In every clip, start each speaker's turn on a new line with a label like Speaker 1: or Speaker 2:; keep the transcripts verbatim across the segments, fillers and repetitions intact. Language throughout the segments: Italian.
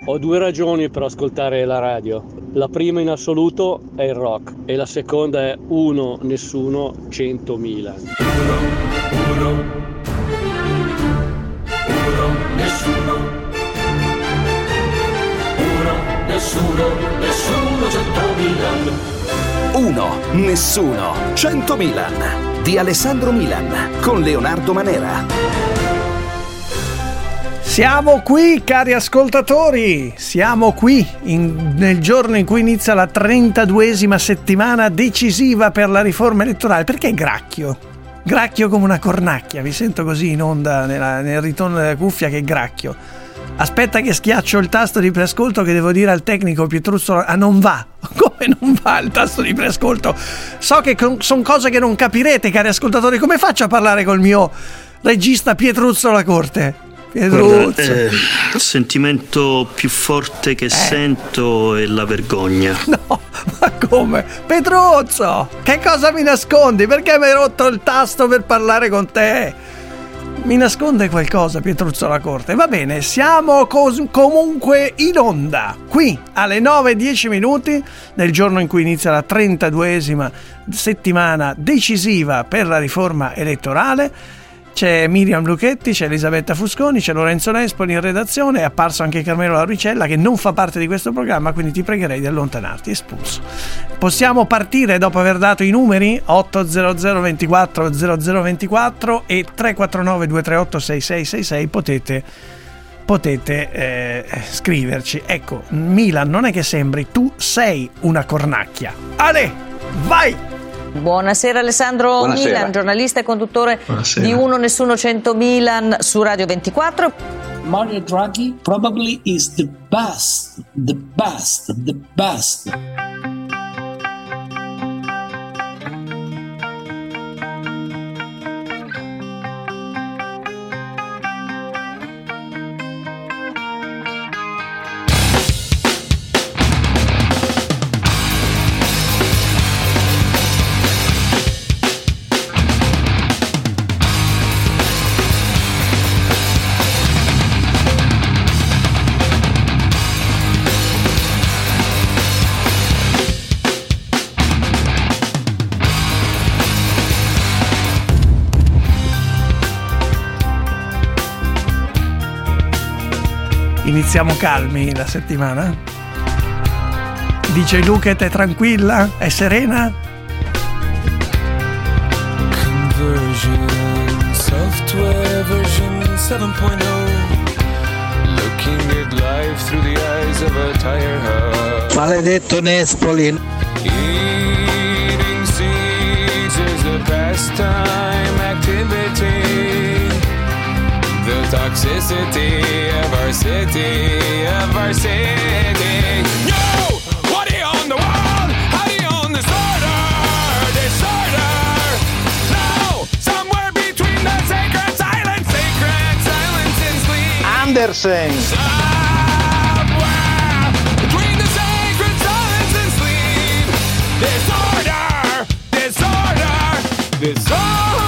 Speaker 1: Ho due ragioni per ascoltare la radio. La prima in assoluto è il rock e la seconda è uno, nessuno, centomila.
Speaker 2: Uno, uno, uno, nessuno. Uno, nessuno, nessuno, centomila.
Speaker 3: Uno, nessuno, centomila di Alessandro Milan con Leonardo Manera.
Speaker 4: Siamo qui, cari ascoltatori, siamo qui in, nel giorno in cui inizia la trentaduesima settimana decisiva per la riforma elettorale. Perché gracchio? Gracchio come una cornacchia, vi sento così in onda nella, nel ritorno della cuffia che gracchio. Aspetta che schiaccio il tasto di preascolto che devo dire al tecnico Pietruzzolo, ah non va, come non va il tasto di preascolto? So che con, sono cose che non capirete, cari ascoltatori, come faccio a parlare col mio regista Pietruzzolo alla corte?
Speaker 5: Guarda, eh, il sentimento più forte che eh. sento è la vergogna.
Speaker 4: No, ma come? Petruzzo, che cosa mi nascondi? Perché mi hai rotto il tasto per parlare con te? Mi nasconde qualcosa, Pietruzzo alla corte. Va bene, siamo cos- comunque in onda qui alle nove e dieci minuti nel giorno in cui inizia la trentaduesima settimana decisiva per la riforma elettorale. C'è Miriam Lucchetti, c'è Elisabetta Fusconi, c'è Lorenzo Nespoli in redazione, è apparso anche Carmelo Lauricella che non fa parte di questo programma, quindi ti pregherei di allontanarti, espulso. Possiamo partire dopo aver dato i numeri otto zero zero ventiquattro zero zero ventiquattro e tre quattro nove due tre otto sei sei sei sei, potete potete eh, scriverci. Ecco, Milan, non è che sembri, tu sei una cornacchia. Ale, vai!
Speaker 6: Buonasera Alessandro. Buonasera. Milan, giornalista e conduttore Buonasera. Di Uno Nessuno cento Milan su Radio ventiquattro.
Speaker 7: Mario Draghi probably is the best, the best, the best.
Speaker 4: Iniziamo calmi la settimana? Dice Luket, è tranquilla? È serena?
Speaker 8: Conversion, software version seven point oh. Looking at life through the eyes of a tire hub.
Speaker 9: Maledetto Nespoli.
Speaker 8: Eating seeds is a pastime activity. The toxicity of our city, of our city. Yo! What do you own the world? How do you own disorder? Disorder! No! Somewhere between the sacred silence, sacred silence and sleep.
Speaker 9: Andersen!
Speaker 8: Somewhere between the sacred silence and sleep. Disorder! Disorder! Disorder!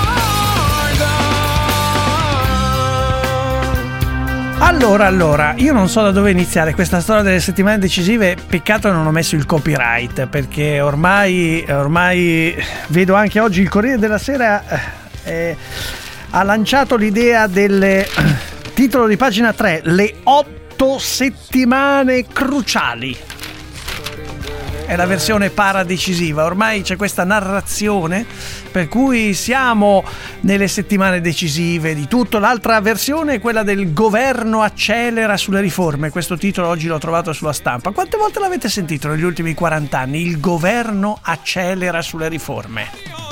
Speaker 4: Allora, allora, io non so da dove iniziare questa storia delle settimane decisive. Peccato che non ho messo il copyright, perché ormai, ormai vedo anche oggi il Corriere della Sera eh, ha lanciato l'idea del titolo di pagina tre, le otto settimane cruciali. È la versione paradecisiva. Ormai c'è questa narrazione per cui siamo nelle settimane decisive di tutto. L'altra versione è quella del governo accelera sulle riforme. Questo titolo oggi l'ho trovato sulla Stampa. Quante volte l'avete sentito negli ultimi quaranta anni? Il governo accelera sulle riforme.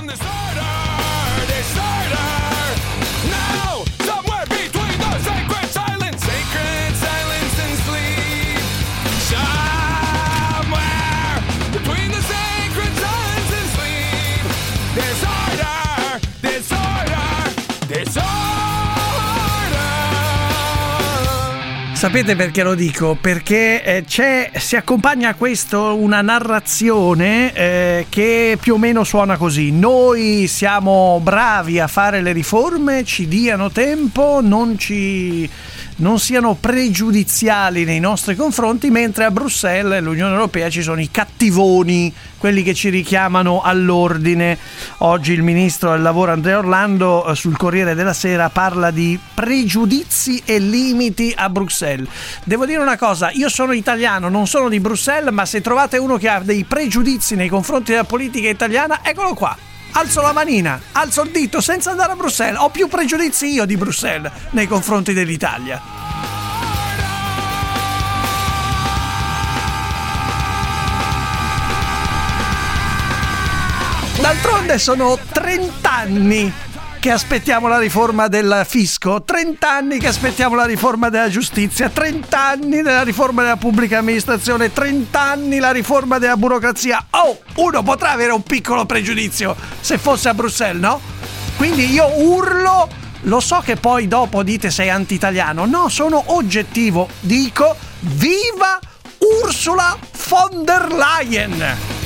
Speaker 4: Sapete perché lo dico? Perché eh, c'è, si accompagna a questo una narrazione eh, che più o meno suona così: noi siamo bravi a fare le riforme, ci diano tempo, non ci non siano pregiudiziali nei nostri confronti, mentre a Bruxelles e l'Unione Europea ci sono i cattivoni, quelli che ci richiamano all'ordine. Oggi il ministro del lavoro Andrea Orlando sul Corriere della Sera parla di pregiudizi e limiti a Bruxelles. Devo dire una cosa, io sono italiano, non sono di Bruxelles, ma se trovate uno che ha dei pregiudizi nei confronti della politica italiana, eccolo qua. Alzo la manina, alzo il dito senza andare a Bruxelles. Ho più pregiudizi io di Bruxelles nei confronti dell'Italia. D'altronde sono trent'anni che aspettiamo la riforma del fisco, trent'anni che aspettiamo la riforma della giustizia, trent'anni della riforma della pubblica amministrazione, trent'anni la riforma della burocrazia. Oh, uno potrà avere un piccolo pregiudizio se fosse a Bruxelles, no? Quindi io urlo, lo so che poi dopo dite sei anti-italiano, no, sono oggettivo, dico viva Ursula von der Leyen!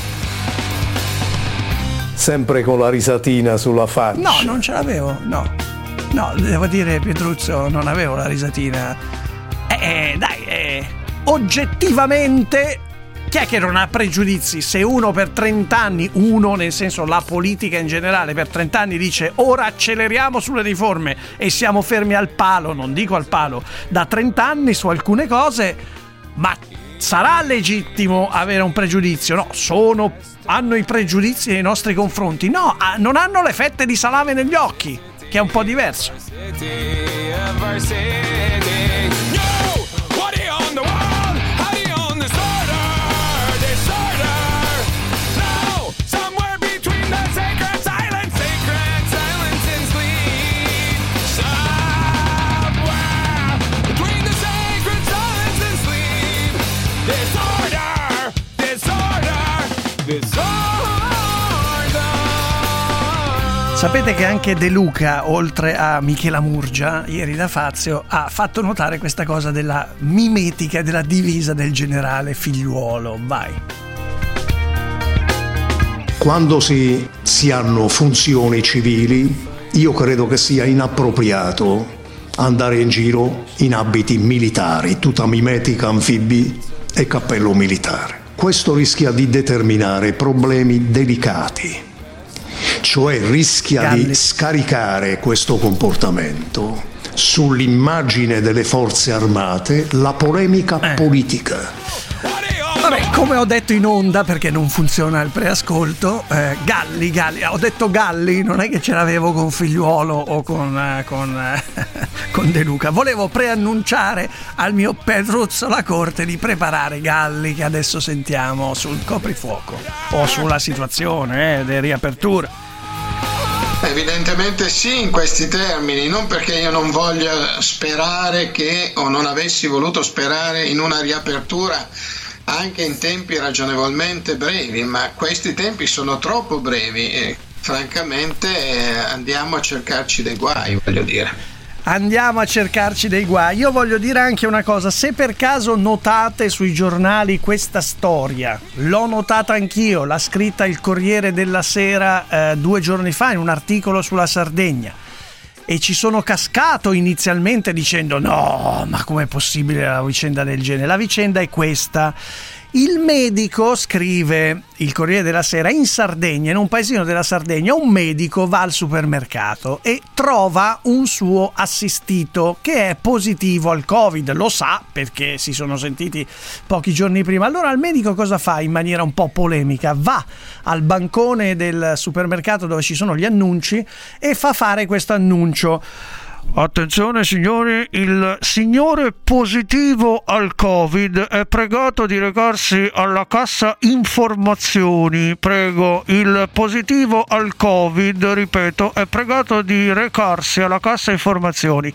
Speaker 10: Sempre con la risatina sulla faccia.
Speaker 4: No, non ce l'avevo, no. No, devo dire, Pietruzzo, non avevo la risatina. Eh, dai, eh, oggettivamente, chi è che non ha pregiudizi? Se uno per trent'anni, uno nel senso la politica in generale, per trent'anni dice ora acceleriamo sulle riforme e siamo fermi al palo, non dico al palo, da trent'anni su alcune cose, ma sarà legittimo avere un pregiudizio? No, sono... hanno i pregiudizi nei nostri confronti. No, non hanno le fette di salame negli occhi, che è un po' diverso. Sapete che anche De Luca, oltre a Michela Murgia, ieri da Fazio, ha fatto notare questa cosa della mimetica della divisa del generale Figliuolo. Vai.
Speaker 11: Quando si, si hanno funzioni civili, io credo che sia inappropriato andare in giro in abiti militari, tuta mimetica, anfibi e cappello militare. Questo rischia di determinare problemi delicati. Cioè rischia Galli. di scaricare questo comportamento sull'immagine delle forze armate la polemica eh. politica.
Speaker 4: Vabbè, come ho detto in onda, perché non funziona il preascolto, eh, Galli, Galli, ho detto Galli, non è che ce l'avevo con Figliuolo o con, eh, con, eh, con De Luca. Volevo preannunciare al mio Petruzzo La Corte di preparare Galli, che adesso sentiamo sul coprifuoco o sulla situazione eh, di riapertura.
Speaker 12: Evidentemente sì, in questi termini, non perché io non voglia sperare che o non avessi voluto sperare in una riapertura anche in tempi ragionevolmente brevi, ma questi tempi sono troppo brevi e francamente eh, andiamo a cercarci dei guai, voglio dire.
Speaker 4: Andiamo a cercarci dei guai. Io voglio dire anche una cosa, se per caso notate sui giornali questa storia, l'ho notata anch'io, l'ha scritta il Corriere della Sera eh, due giorni fa in un articolo sulla Sardegna, e ci sono cascato inizialmente dicendo no, ma com'è possibile la vicenda del genere? La vicenda è questa: il medico, scrive il Corriere della Sera, in Sardegna, in un paesino della Sardegna, un medico va al supermercato e trova un suo assistito che è positivo al Covid, lo sa perché si sono sentiti pochi giorni prima. Allora il medico cosa fa in maniera un po' polemica? Va al bancone del supermercato dove ci sono gli annunci e fa fare questo annuncio: attenzione signori, il signore positivo al Covid è pregato di recarsi alla cassa informazioni. Prego, il positivo al Covid, ripeto, è pregato di recarsi alla cassa informazioni.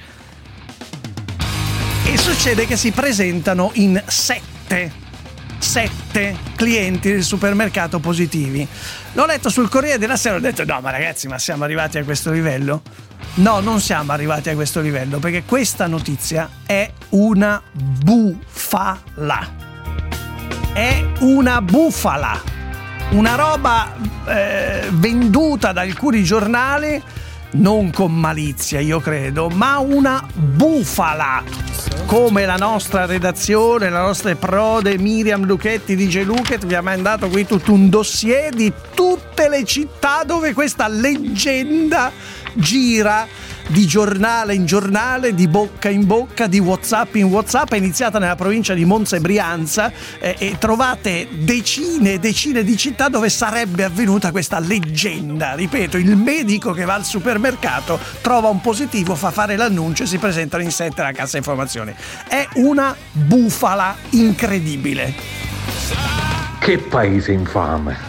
Speaker 4: E succede che si presentano in sette sette clienti del supermercato positivi. L'ho letto sul Corriere della Sera e ho detto no, ma ragazzi, ma siamo arrivati a questo livello? No, non siamo arrivati a questo livello, perché questa notizia è una bufala. È una bufala. Una roba eh, venduta da alcuni giornali, non con malizia, io credo, ma una bufala. come la nostra redazione, la nostra prode Miriam Lucchetti di J. Luchet vi ha mandato qui tutto un dossier di tutte le città dove questa leggenda gira, di giornale in giornale, di bocca in bocca, di WhatsApp in WhatsApp. È iniziata nella provincia di Monza e Brianza eh, e trovate decine e decine di città dove sarebbe avvenuta questa leggenda. Ripeto, il medico che va al supermercato trova un positivo, fa fare l'annuncio e si presentano in sette alla cassa informazioni. È una bufala incredibile.
Speaker 10: Che paese infame.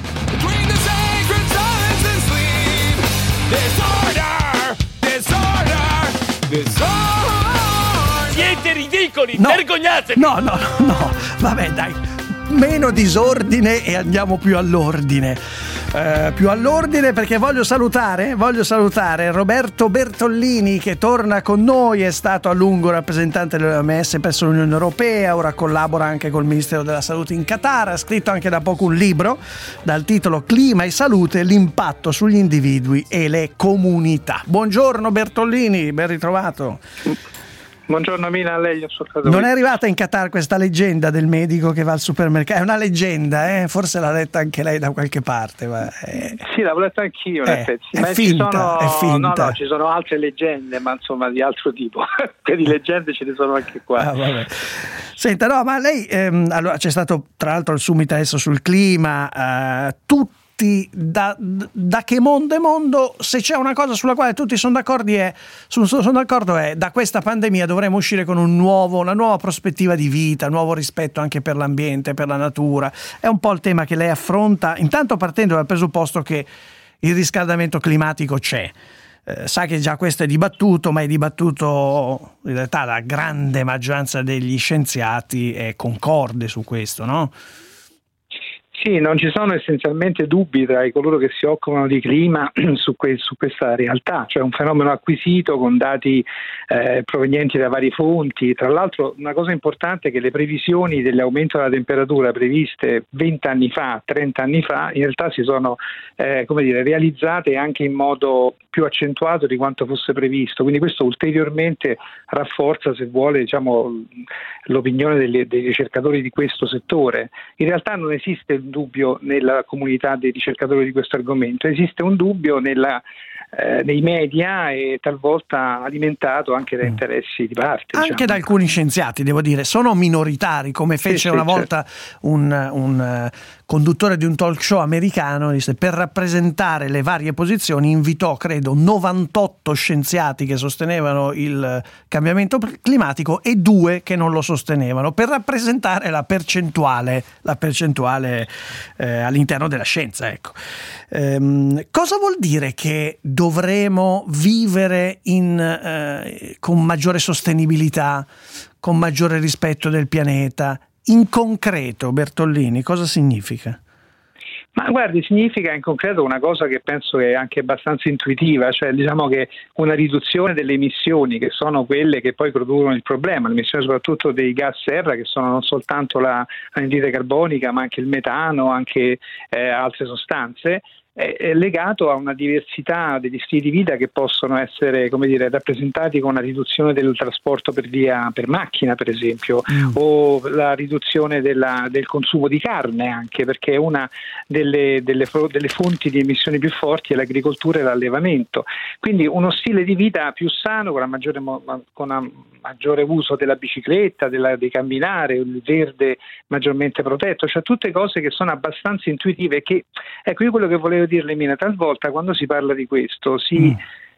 Speaker 13: Siete ridicoli,
Speaker 4: no,
Speaker 13: vergognatevi!
Speaker 4: No, no, no, no, vabbè dai, meno disordine e andiamo più all'ordine. Eh, più all'ordine perché voglio salutare, voglio salutare Roberto Bertollini che torna con noi, è stato a lungo rappresentante dell'O M S presso l'Unione Europea, ora collabora anche col Ministero della Salute in Qatar, ha scritto anche da poco un libro dal titolo Clima e Salute, l'impatto sugli individui e le comunità. Buongiorno Bertollini, ben ritrovato.
Speaker 14: Buongiorno Mina, a lei.
Speaker 4: Non è arrivata in Qatar questa leggenda del medico che va al supermercato? È una leggenda, eh? Forse l'ha letta anche lei da qualche parte. Ma è...
Speaker 14: Sì, l'avevo letta anch'io in
Speaker 4: eh,
Speaker 14: effetti.
Speaker 4: È
Speaker 14: ma
Speaker 4: finta,
Speaker 14: ci sono...
Speaker 4: è finta.
Speaker 14: No, no, ci sono altre leggende, ma insomma di altro tipo. Che di leggende ce ne sono anche qua.
Speaker 4: Ah, vabbè. Senta, no, ma lei, ehm, allora c'è stato tra l'altro il summit adesso sul clima, eh, tutti Da, da che mondo è mondo, se c'è una cosa sulla quale tutti sono d'accordo è, sono, sono d'accordo è da questa pandemia dovremo uscire con un nuovo, una nuova prospettiva di vita, nuovo rispetto anche per l'ambiente, per la natura. È un po' il tema che lei affronta, intanto partendo dal presupposto che il riscaldamento climatico c'è. Eh, sa che già questo è dibattuto, ma è dibattuto in realtà la grande maggioranza degli scienziati è concorde su questo, no?
Speaker 14: Sì, non ci sono essenzialmente dubbi tra coloro che si occupano di clima su, que- su questa realtà, cioè un fenomeno acquisito con dati eh, provenienti da varie fonti. Tra l'altro una cosa importante è che le previsioni dell'aumento della temperatura previste venti anni fa, trenta anni fa, in realtà si sono eh, come dire, realizzate anche in modo più accentuato di quanto fosse previsto, quindi questo ulteriormente rafforza, se vuole, diciamo, l'opinione delle, dei ricercatori di questo settore. In realtà non esiste un dubbio nella comunità dei ricercatori di questo argomento, esiste un dubbio nella, eh, nei media e talvolta alimentato anche da interessi di parte.
Speaker 4: Anche
Speaker 14: diciamo.
Speaker 4: da alcuni scienziati, devo dire, sono minoritari, come fece sì, una sì, volta certo. un, un uh, conduttore di un talk show americano, disse, per rappresentare le varie posizioni invitò, credo, novantotto scienziati che sostenevano il cambiamento climatico e due che non lo sostenevano, per rappresentare la percentuale, la percentuale eh, all'interno della scienza. Ecco. Ehm, cosa vuol dire che dovremo vivere in, eh, con maggiore sostenibilità, con maggiore rispetto del pianeta? In concreto, Bertollini, cosa significa?
Speaker 14: Ma guardi, significa in concreto una cosa che penso che è anche abbastanza intuitiva, cioè diciamo che una riduzione delle emissioni, che sono quelle che poi producono il problema, le emissioni soprattutto dei gas serra, che sono non soltanto la anidride carbonica ma anche il metano, anche eh, altre sostanze, è legato a una diversità degli stili di vita che possono essere, come dire, rappresentati con una riduzione del trasporto per via per macchina, per esempio, mm. o la riduzione della, del consumo di carne, anche perché una delle, delle, delle fonti di emissioni più forti è l'agricoltura e l'allevamento. Quindi uno stile di vita più sano, con la maggiore, con una maggiore uso della bicicletta, della, di camminare, il verde maggiormente protetto, cioè tutte cose che sono abbastanza intuitive. Che ecco, io quello che volevo dirle, Mina, talvolta quando si parla di questo si, mm.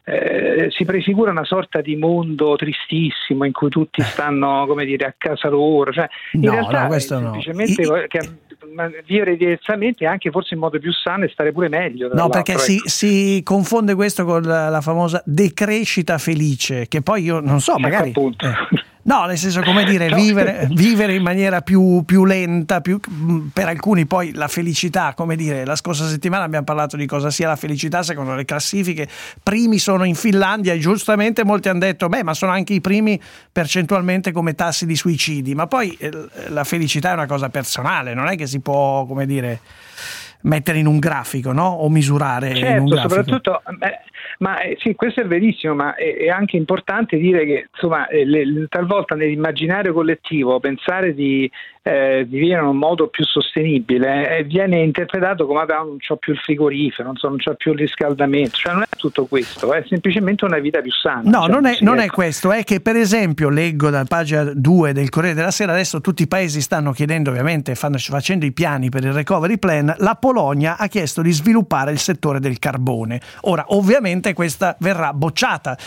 Speaker 14: eh, si prefigura una sorta di mondo tristissimo in cui tutti stanno, come dire, a casa loro, cioè in
Speaker 4: no,
Speaker 14: realtà
Speaker 4: no, questo
Speaker 14: è
Speaker 4: no.
Speaker 14: semplicemente
Speaker 4: I...
Speaker 14: che vivere diversamente, anche forse in modo più sano, e stare pure meglio.
Speaker 4: No, perché
Speaker 14: ecco.
Speaker 4: si, si confonde questo con la, la famosa decrescita felice, che poi io non so,
Speaker 14: ecco,
Speaker 4: magari...
Speaker 14: appunto.
Speaker 4: Eh. No, nel senso, come dire,
Speaker 14: no.
Speaker 4: vivere, vivere in maniera più, più lenta, più, per alcuni poi la felicità, come dire, la scorsa settimana abbiamo parlato di cosa sia la felicità secondo le classifiche, primi sono in Finlandia e giustamente molti hanno detto, beh, ma sono anche i primi percentualmente come tassi di suicidi, ma poi eh, la felicità è una cosa personale, non è che si può, come dire, mettere in un grafico, no? O misurare
Speaker 14: certo,
Speaker 4: in un grafico.
Speaker 14: Soprattutto, eh, Ma eh, sì, questo è verissimo, ma è, è anche importante dire che insomma eh, le, talvolta nell'immaginario collettivo pensare di, eh, di vivere in un modo più sostenibile eh, viene interpretato come ah, non c'ho più il frigorifero, non, so, non c'ho più il riscaldamento, cioè non è tutto questo, è semplicemente una vita più sana.
Speaker 4: No,
Speaker 14: cioè,
Speaker 4: non, è,
Speaker 14: sì,
Speaker 4: non
Speaker 14: ecco.
Speaker 4: è questo, è che per esempio leggo dalla pagina due del Corriere della Sera, adesso tutti i paesi stanno chiedendo, ovviamente fanno, facendo i piani per il recovery plan, la Polonia ha chiesto di sviluppare il settore del carbone. Ora ovviamente questa verrà bocciata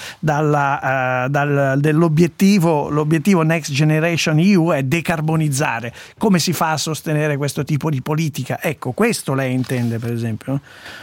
Speaker 4: dalla, uh, dal, dell'obiettivo, l'obiettivo Next Generation E U è decarbonizzare. Come si fa a sostenere questo tipo di politica? Ecco, questo lei intende per esempio?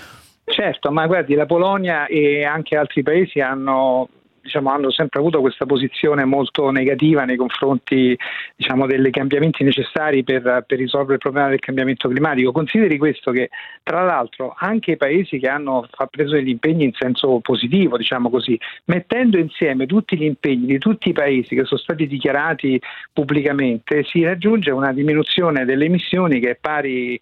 Speaker 14: Certo, ma guardi, la Polonia e anche altri paesi hanno diciamo hanno sempre avuto questa posizione molto negativa nei confronti diciamo dei cambiamenti necessari per, per risolvere il problema del cambiamento climatico. Consideri questo che tra l'altro anche i paesi che hanno preso degli impegni in senso positivo, diciamo così, mettendo insieme tutti gli impegni di tutti i paesi che sono stati dichiarati pubblicamente, si raggiunge una diminuzione delle emissioni che è pari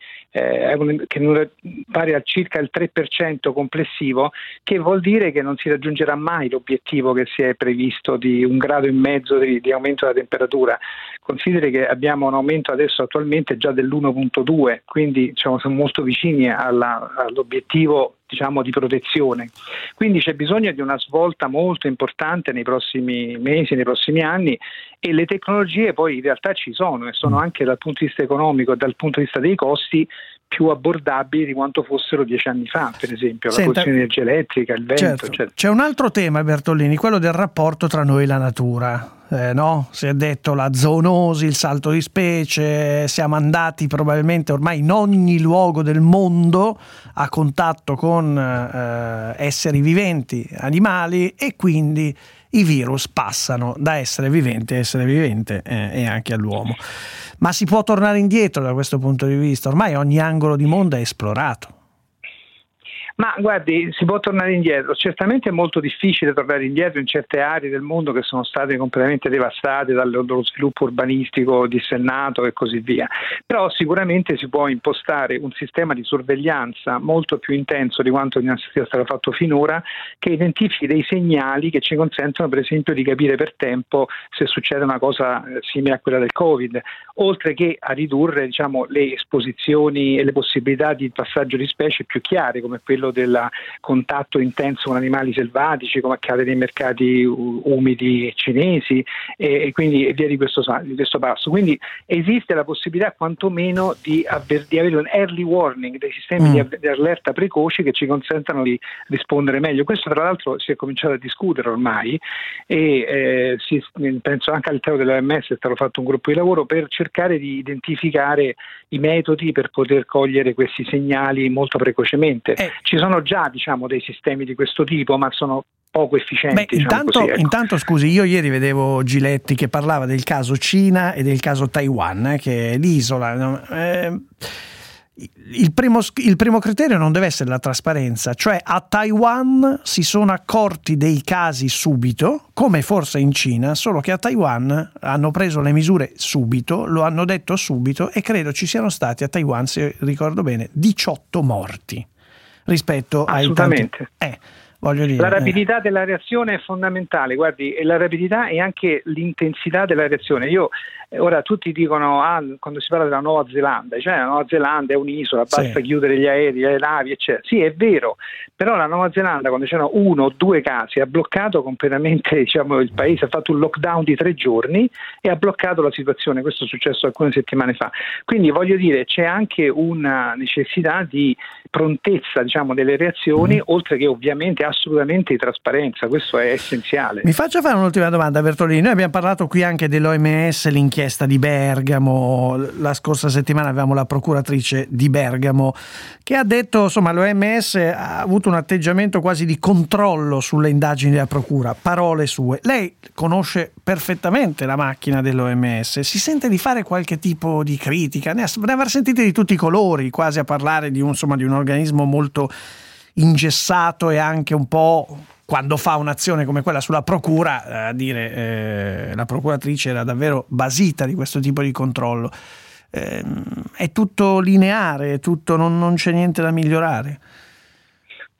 Speaker 14: eh, che è pari a circa il tre per cento complessivo, che vuol dire che non si raggiungerà mai l'obiettivo che si è previsto di un grado e mezzo di, di aumento della temperatura. Consideri che abbiamo un aumento adesso attualmente già dell'uno virgola due, quindi diciamo, siamo molto vicini alla, all'obiettivo diciamo di protezione. Quindi c'è bisogno di una svolta molto importante nei prossimi mesi, nei prossimi anni, e le tecnologie poi in realtà ci sono e sono anche dal punto di vista economico e dal punto di vista dei costi più abbordabili di quanto fossero dieci anni fa, per esempio. Senta, la produzione di energia elettrica, il vento,
Speaker 4: certo,
Speaker 14: eccetera.
Speaker 4: C'è un altro tema, Bertolini, quello del rapporto tra noi e la natura. Eh, no? Si è detto la zoonosi, il salto di specie, siamo andati probabilmente ormai in ogni luogo del mondo a contatto con eh, esseri viventi, animali, e quindi i virus passano da essere vivente a essere vivente eh, e anche all'uomo. Ma si può tornare indietro da questo punto di vista? Ormai ogni angolo di mondo è esplorato.
Speaker 14: Ma guardi, si può tornare indietro. Certamente è molto difficile tornare indietro in certe aree del mondo che sono state completamente devastate dallo sviluppo urbanistico dissennato e così via. Però sicuramente si può impostare un sistema di sorveglianza molto più intenso di quanto sia stato fatto finora, che identifichi dei segnali che ci consentono per esempio di capire per tempo se succede una cosa simile a quella del Covid, oltre che a ridurre diciamo, le esposizioni e le possibilità di passaggio di specie più chiare, come quello del contatto intenso con animali selvatici, come accade nei mercati umidi cinesi, e, e quindi e via di questo, di questo passo. Quindi esiste la possibilità quantomeno di, avver, di avere un early warning, dei sistemi mm. di, di allerta precoci che ci consentano di rispondere meglio. Questo tra l'altro si è cominciato a discutere ormai e eh, si, penso anche all'interno dell'O M S è stato fatto un gruppo di lavoro per cercare di identificare i metodi per poter cogliere questi segnali molto precocemente. Eh. Ci sono già diciamo dei sistemi di questo tipo, ma sono poco efficienti.
Speaker 4: Beh,
Speaker 14: diciamo
Speaker 4: intanto,
Speaker 14: così, ecco.
Speaker 4: intanto scusi, io ieri vedevo Giletti che parlava del caso Cina e del caso Taiwan, eh, che è l'isola. No? Eh, il, primo, il primo criterio non deve essere la trasparenza, cioè a Taiwan si sono accorti dei casi subito, come forse in Cina, solo che a Taiwan hanno preso le misure subito, lo hanno detto subito, e credo ci siano stati a Taiwan, se ricordo bene, diciotto morti rispetto ai tanti. Eh, voglio dire,
Speaker 14: la rapidità eh. della reazione è fondamentale, guardi, e la rapidità e anche l'intensità della reazione. Io ora tutti dicono ah, quando si parla della Nuova Zelanda, cioè la Nuova Zelanda è un'isola, basta sì. chiudere gli aerei, le navi, eccetera. Sì, è vero, però la Nuova Zelanda quando c'erano uno o due casi ha bloccato completamente diciamo, il paese, ha fatto un lockdown di tre giorni e ha bloccato la situazione. Questo è successo alcune settimane fa. Quindi voglio dire, c'è anche una necessità di prontezza diciamo, delle reazioni, mm. oltre che ovviamente assolutamente di trasparenza. Questo è essenziale.
Speaker 4: Mi faccio fare un'ultima domanda, Bertolini. Noi abbiamo parlato qui anche dell'O M S, l'inchiesta di Bergamo, la scorsa settimana avevamo la procuratrice di Bergamo che ha detto insomma l'O M S ha avuto un atteggiamento quasi di controllo sulle indagini della procura, parole sue. Lei conosce perfettamente la macchina dell'O M S, si sente di fare qualche tipo di critica? Ne deve aver sentite di tutti i colori, quasi a parlare di un, insomma, di un organismo molto ingessato e anche un po', quando fa un'azione come quella sulla procura, a dire eh, la procuratrice era davvero basita di questo tipo di controllo. Eh, è tutto lineare, è tutto, non, non c'è niente da migliorare.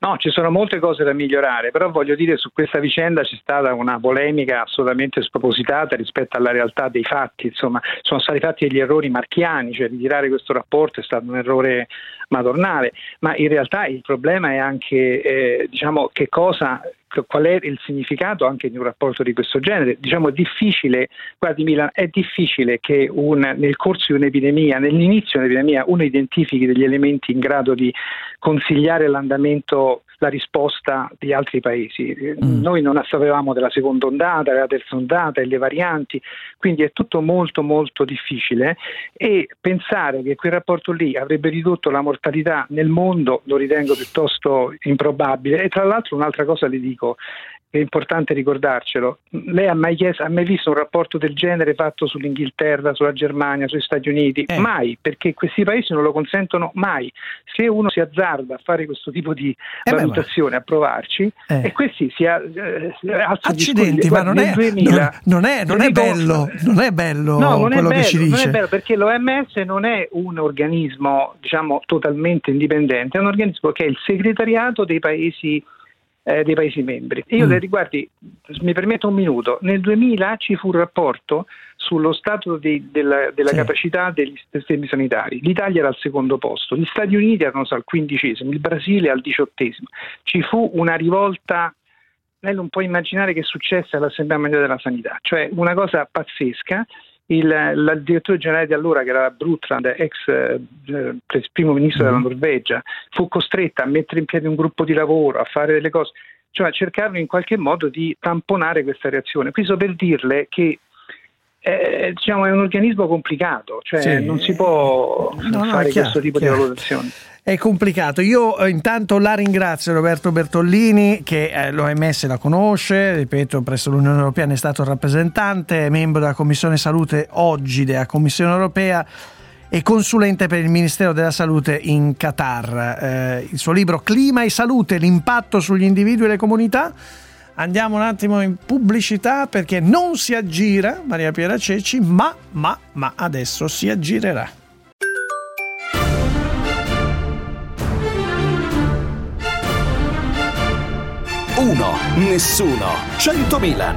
Speaker 14: No, ci sono molte cose da migliorare, però voglio dire, su questa vicenda c'è stata una polemica assolutamente spropositata rispetto alla realtà dei fatti. Insomma, sono stati fatti degli errori marchiani, cioè ritirare questo rapporto è stato un errore madornale, ma in realtà il problema è anche eh, diciamo che cosa qual è il significato anche di un rapporto di questo genere. Diciamo è difficile, guardi Milan, è difficile che un, nel corso di un'epidemia, nell'inizio di un'epidemia, uno identifichi degli elementi in grado di consigliare l'andamento, la risposta di altri paesi. Mm. Noi non sapevamo della seconda ondata, della terza ondata e le varianti, quindi è tutto molto molto difficile, e pensare che quel rapporto lì avrebbe ridotto la mortalità nel mondo lo ritengo piuttosto improbabile. E tra l'altro un'altra cosa le dico, è importante ricordarcelo, lei ha mai, chiesto, ha mai visto un rapporto del genere fatto sull'Inghilterra, sulla Germania, sugli Stati Uniti? Eh. Mai, perché questi paesi non lo consentono mai. Se uno si azzarda a fare questo tipo di eh valutazione, beh, a provarci, eh. e questi si ha, eh,
Speaker 4: accidenti, ma non è, duemila, non è, non è bello, non è bello
Speaker 14: no, non
Speaker 4: quello
Speaker 14: è bello,
Speaker 4: che ci dice.
Speaker 14: Non è bello, perché l'O M S non è un organismo, diciamo, totalmente indipendente, è un organismo che è il segretariato dei paesi Eh, dei Paesi membri. Io mm. le riguardi, mi permetto un minuto, nel duemila ci fu un rapporto sullo stato di, della, della sì. capacità degli sistemi sanitari. L'Italia era al secondo posto, gli Stati Uniti erano al quindicesimo, il Brasile al diciottesimo. Ci fu una rivolta, lei non può immaginare che successe all'Assemblea Mondiale della Sanità, cioè una cosa pazzesca. Il, il direttore generale di allora, che era Brundtland, ex eh, primo ministro della Norvegia, fu costretta a mettere in piedi un gruppo di lavoro, a fare delle cose, cioè cercarono in qualche modo di tamponare questa reazione. Questo per dirle che eh, diciamo, è un organismo complicato, cioè sì. non si può no, fare no, chiaro, questo tipo chiaro. di valutazione.
Speaker 4: È complicato. Io eh, intanto la ringrazio, Roberto Bertollini, che eh, l'O M S la conosce, ripeto, presso l'Unione Europea ne è stato rappresentante, è membro della Commissione Salute oggi della Commissione Europea e consulente per il Ministero della Salute in Qatar. Eh, il suo libro Clima e Salute, l'impatto sugli individui e le comunità. Andiamo un attimo in pubblicità perché non si aggira Maria Piera Ceci, ma, ma, ma adesso si aggirerà.
Speaker 3: Uno, nessuno, cento Milan.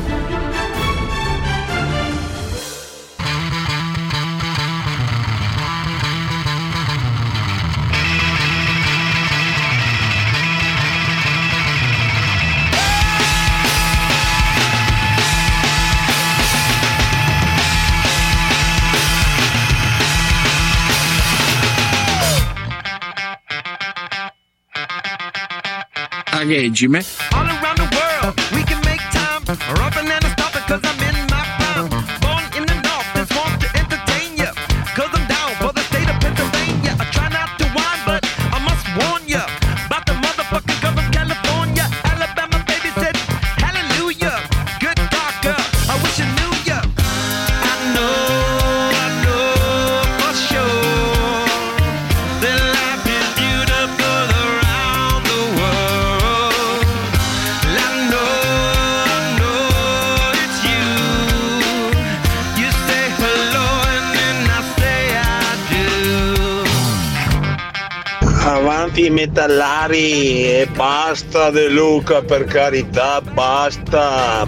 Speaker 13: Engagement.
Speaker 15: All around the world, we can make time. Up and then stop it, cause I'm in my prime. Born in the north, just want to entertain ya. Cause I'm down for the state of Pennsylvania. I try not to whine, but I must warn ya. About the motherfucking girl from California. Alabama baby said, hallelujah. Good talker, I wish I knew ya. I know, I know for sure that life is beautiful around the world. I know, I know it's you. You say hello and then I say I do.
Speaker 10: Avanti i metallari e basta De Luca, per carità, basta.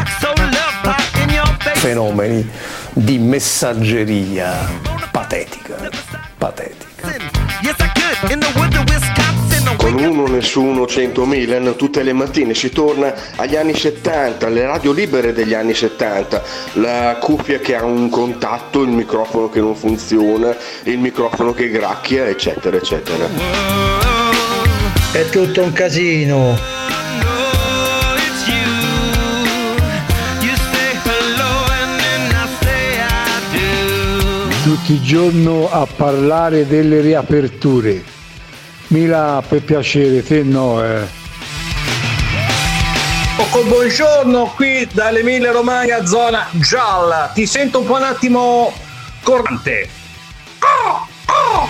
Speaker 11: Fenomeni di messaggeria patetica, patetica.
Speaker 15: Yes, I could in the woods of Wisconsin.
Speaker 16: Con uno, nessuno, cento Milan, tutte le mattine si torna agli anni settanta, le radio libere degli anni settanta, la cuffia che ha un contatto, il microfono che non funziona, il microfono che gracchia, eccetera, eccetera.
Speaker 9: È tutto un casino.
Speaker 10: Tutti i giorni a parlare delle riaperture. Mila, per piacere, te no, eh.
Speaker 17: Oh, buongiorno, qui dall'Emilia Romagna, zona gialla. Ti sento un po' un attimo corrente. Oh, oh.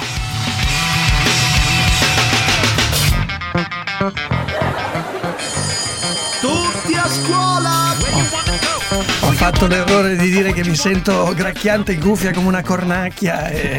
Speaker 15: Tutti a scuola.
Speaker 4: Ho fatto l'errore di dire che mi sento gracchiante in cuffia come una cornacchia e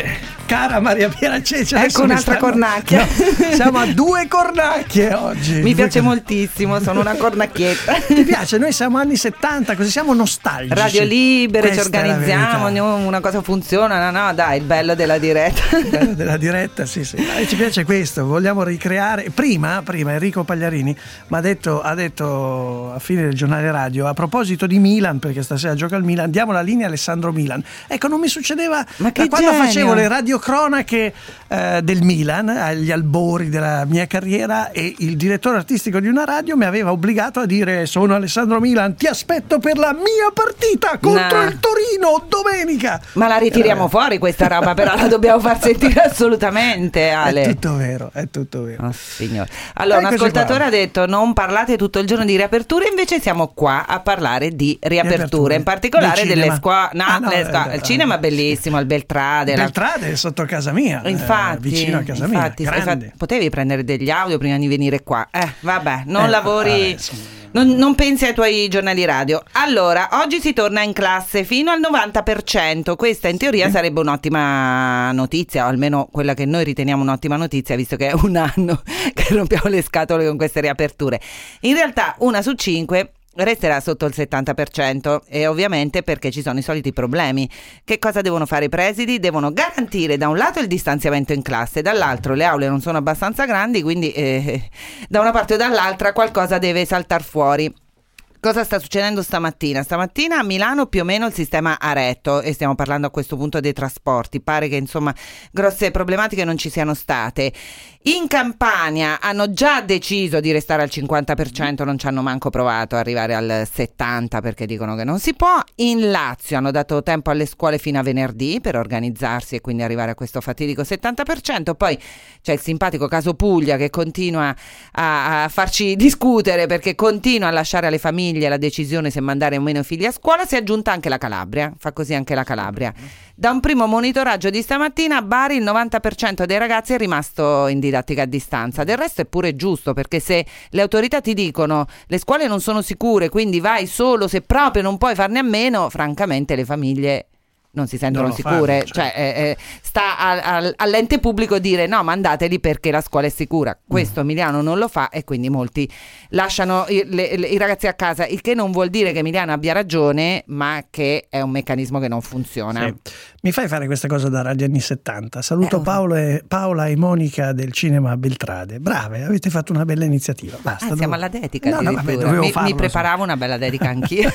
Speaker 4: Cara Maria Piera Ceci,
Speaker 18: ecco un'altra stanno... cornacchia.
Speaker 4: No, siamo a due cornacchie oggi.
Speaker 18: Mi piace due... moltissimo, sono una cornacchietta.
Speaker 4: Ti piace? Noi siamo anni settanta, così siamo nostalgici.
Speaker 18: Radio libere, questa ci organizziamo, una cosa funziona, no no, dai, il bello della diretta.
Speaker 4: Il bello della diretta, sì sì. E ci piace questo, vogliamo ricreare. Prima, prima Enrico Pagliarini mi ha detto, ha detto a fine del giornale radio, a proposito di Milan, perché stasera gioca il Milan, diamo la linea Alessandro Milan. Ecco, non mi succedeva
Speaker 18: Ma che
Speaker 4: da quando
Speaker 18: genio.
Speaker 4: facevo le radiocronache eh, del Milan agli albori della mia carriera, e il direttore artistico di una radio mi aveva obbligato a dire: sono Alessandro Milan, ti aspetto per la mia partita contro
Speaker 18: no.
Speaker 4: il Torino domenica.
Speaker 18: Ma la ritiriamo eh. fuori questa roba, però la dobbiamo far sentire assolutamente, Ale.
Speaker 4: È tutto vero, è tutto vero.
Speaker 18: Oh, signore. Allora,
Speaker 4: Eccoci
Speaker 18: un ascoltatore
Speaker 4: qua.
Speaker 18: ha detto: non parlate tutto il giorno di riaperture, invece siamo qua a parlare di riaperture, riaperture. in particolare delle scuole. No,
Speaker 4: ah, no,
Speaker 18: le scuole.
Speaker 4: eh,
Speaker 18: il cinema è bellissimo, il Beltrade.
Speaker 4: Beltrade
Speaker 18: la...
Speaker 4: è sotto casa mia,
Speaker 18: infatti,
Speaker 4: eh, vicino a casa
Speaker 18: infatti,
Speaker 4: mia.
Speaker 18: infatti, potevi prendere degli audio prima di venire qua. Eh, vabbè, non
Speaker 4: eh,
Speaker 18: lavori. Non, non pensi ai tuoi giornali radio. Allora, oggi si torna in classe fino al novanta per cento. Questa in teoria sì. sarebbe un'ottima notizia, o almeno quella che noi riteniamo un'ottima notizia, visto che è un anno che rompiamo le scatole con queste riaperture. In realtà una su cinque resterà sotto il settanta per cento, e ovviamente perché ci sono i soliti problemi. Che cosa devono fare i presidi? Devono garantire da un lato il distanziamento in classe, dall'altro le aule non sono abbastanza grandi, quindi eh, da una parte o dall'altra qualcosa deve saltar fuori. Cosa sta succedendo stamattina? Stamattina a Milano più o meno il sistema ha retto, e stiamo parlando a questo punto dei trasporti. Pare che insomma grosse problematiche non ci siano state. In Campania hanno già deciso di restare al cinquanta per cento, non ci hanno manco provato ad arrivare al settanta per cento perché dicono che non si può. In Lazio hanno dato tempo alle scuole fino a venerdì per organizzarsi e quindi arrivare a questo fatidico settanta per cento. Poi c'è il simpatico caso Puglia che continua a, a farci discutere, perché continua a lasciare alle famiglie la decisione se mandare o meno i figli a scuola. Si è aggiunta anche la Calabria, fa così anche la Calabria. Da un primo monitoraggio di stamattina a Bari il novanta per cento dei ragazzi è rimasto in didattica a distanza. Del resto è pure giusto, perché se le autorità ti dicono le scuole non sono sicure, quindi vai solo se proprio non puoi farne a meno, francamente le famiglie non si sentono non sicure, fanno, cioè, cioè eh, sta a, a, all'ente pubblico dire no, mandateli perché la scuola è sicura. Questo mm. Milano non lo fa, e quindi molti lasciano i, le, le, i ragazzi a casa, il che non vuol dire che Milano abbia ragione, ma che è un meccanismo che non funziona.
Speaker 4: Sì. Mi fai fare questa cosa da radio anni settanta. Saluto eh, Paolo e, Paola e Monica del cinema Beltrade. Brave, avete fatto una bella iniziativa. Basta,
Speaker 18: ah,
Speaker 4: dovevo...
Speaker 18: siamo alla dedica,
Speaker 4: no, no, vabbè,
Speaker 18: mi,
Speaker 4: farlo,
Speaker 18: mi preparavo so. una bella dedica anch'io.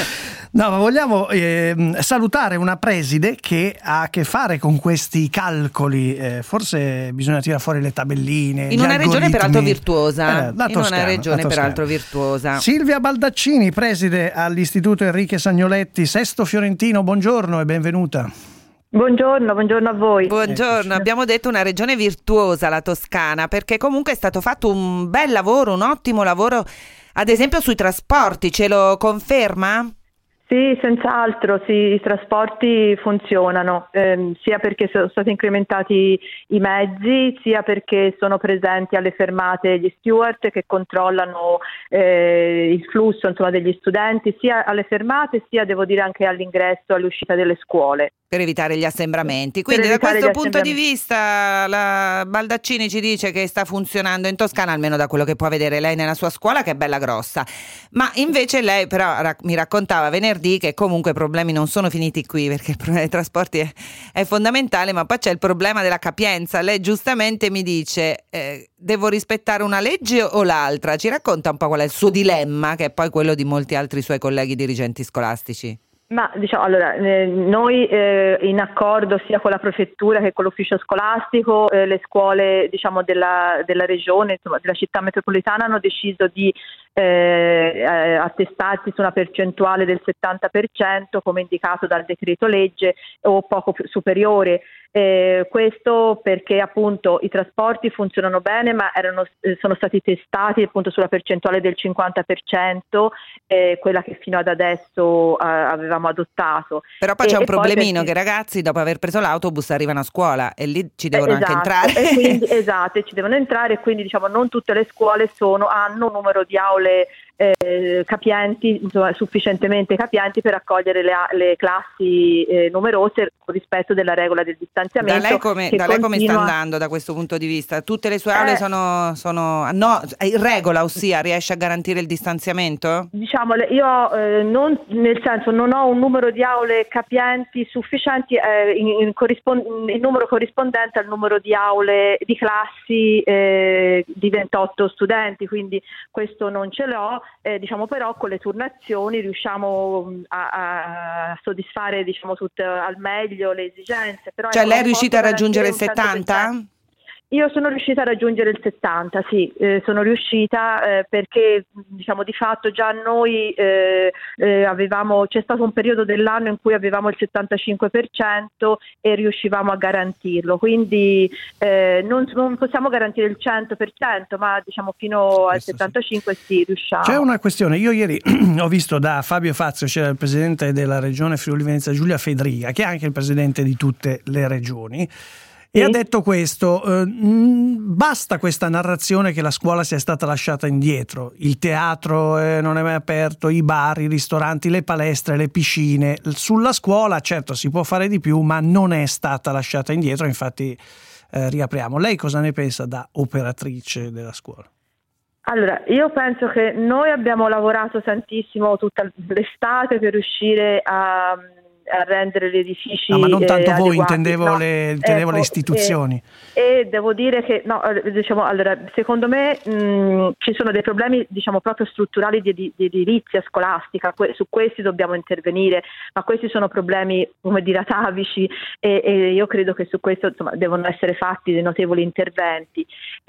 Speaker 4: No, ma vogliamo eh, salutare una preside che ha a che fare con questi calcoli. Eh, forse bisogna tirare fuori le tabelline.
Speaker 18: In una
Speaker 4: algoritmi.
Speaker 18: regione peraltro virtuosa.
Speaker 4: Eh, la
Speaker 18: In
Speaker 4: Toscana,
Speaker 18: una regione
Speaker 4: la
Speaker 18: peraltro virtuosa.
Speaker 4: Silvia Baldaccini, preside all'Istituto Enrique Sagnoletti, Sesto Fiorentino. Buongiorno e benvenuta.
Speaker 19: Buongiorno, buongiorno a voi.
Speaker 18: Buongiorno, Eccoci. Abbiamo detto una regione virtuosa, la Toscana, perché comunque è stato fatto un bel lavoro, un ottimo lavoro, ad esempio sui trasporti. Ce lo conferma?
Speaker 19: Sì, senz'altro, sì, i trasporti funzionano, ehm, sia perché sono stati incrementati i mezzi, sia perché sono presenti alle fermate gli steward che controllano eh, il flusso, insomma, degli studenti, sia alle fermate sia, devo dire, anche all'ingresso e all'uscita delle scuole.
Speaker 18: Per evitare gli assembramenti. Quindi da questo punto di vista la Baldaccini ci dice che sta funzionando in Toscana, almeno da quello che può vedere lei nella sua scuola, che è bella grossa. Ma invece lei però rac- mi raccontava venerdì che comunque i problemi non sono finiti qui, perché il problema dei trasporti è, è fondamentale, ma poi c'è il problema della capienza. Lei giustamente mi dice eh, devo rispettare una legge o l'altra? Ci racconta un po' qual è il suo dilemma, che è poi quello di molti altri suoi colleghi dirigenti scolastici.
Speaker 19: Ma diciamo, allora, eh, noi eh, in accordo sia con la prefettura che con l'ufficio scolastico, eh, le scuole, diciamo, della, della regione, insomma, della città metropolitana hanno deciso di eh, attestarsi su una percentuale del settanta per cento come indicato dal decreto legge o poco più superiore. Eh, questo perché appunto i trasporti funzionano bene, ma erano, eh, sono stati testati appunto sulla percentuale del cinquanta per cento, eh, quella che fino ad adesso eh, avevamo adottato.
Speaker 18: Però poi
Speaker 19: e,
Speaker 18: c'è un
Speaker 19: e
Speaker 18: problemino,
Speaker 19: perché...
Speaker 18: che i ragazzi dopo aver preso l'autobus arrivano a scuola e lì ci devono
Speaker 19: esatto,
Speaker 18: anche entrare.
Speaker 19: E quindi, esatto, ci devono entrare, e quindi diciamo non tutte le scuole sono, hanno un numero di aule eh, capienti, insomma, sufficientemente capienti per accogliere le, le classi eh, numerose con rispetto della regola del distanziamento.
Speaker 18: Da lei come, da lei come sta andando da questo punto di vista? Tutte le sue aule
Speaker 19: eh,
Speaker 18: sono, sono no, in regola, ossia riesce a garantire il distanziamento?
Speaker 19: Diciamo, io eh, non, nel senso non ho un numero di aule capienti sufficienti eh, in, in corrispond- il numero corrispondente al numero di aule di classi eh, di ventotto studenti, quindi questo non ce l'ho, eh, diciamo, però con le turnazioni riusciamo a, a soddisfare, diciamo, tutte al meglio le esigenze. Però
Speaker 18: cioè lei è riuscita a raggiungere il settanta?
Speaker 19: Io sono riuscita a raggiungere il settanta, sì, eh, sono riuscita eh, perché, diciamo, di fatto già noi eh, eh, avevamo, c'è stato un periodo dell'anno in cui avevamo il settantacinque per cento e riuscivamo a garantirlo, quindi eh, non, non possiamo garantire il cento per cento, ma diciamo fino al settantacinque per cento sì, riusciamo.
Speaker 4: C'è una questione, io ieri ho visto da Fabio Fazio, c'era il presidente della regione Friuli Venezia Giulia Fedriga, che è anche il presidente di tutte le regioni, e ha detto questo: eh, basta questa narrazione che la scuola sia stata lasciata indietro, il teatro eh, non è mai aperto, i bar, i ristoranti, le palestre, le piscine. Sulla scuola certo si può fare di più, ma non è stata lasciata indietro, infatti eh, riapriamo. Lei cosa ne pensa da operatrice della scuola?
Speaker 19: Allora, io penso che noi abbiamo lavorato tantissimo tutta l'estate per riuscire a a rendere gli edifici
Speaker 4: no, ma non tanto
Speaker 19: eh,
Speaker 4: voi,
Speaker 19: adeguati.
Speaker 4: intendevo,
Speaker 19: no,
Speaker 4: le, intendevo
Speaker 19: ecco,
Speaker 4: le istituzioni.
Speaker 19: E, e devo dire che no, diciamo, allora, secondo me mh, ci sono dei problemi, diciamo, proprio strutturali di, di, di edilizia scolastica, que- su questi dobbiamo intervenire, ma questi sono problemi, come dire, atavici, e, e io credo che su questo, insomma, devono essere fatti dei notevoli interventi.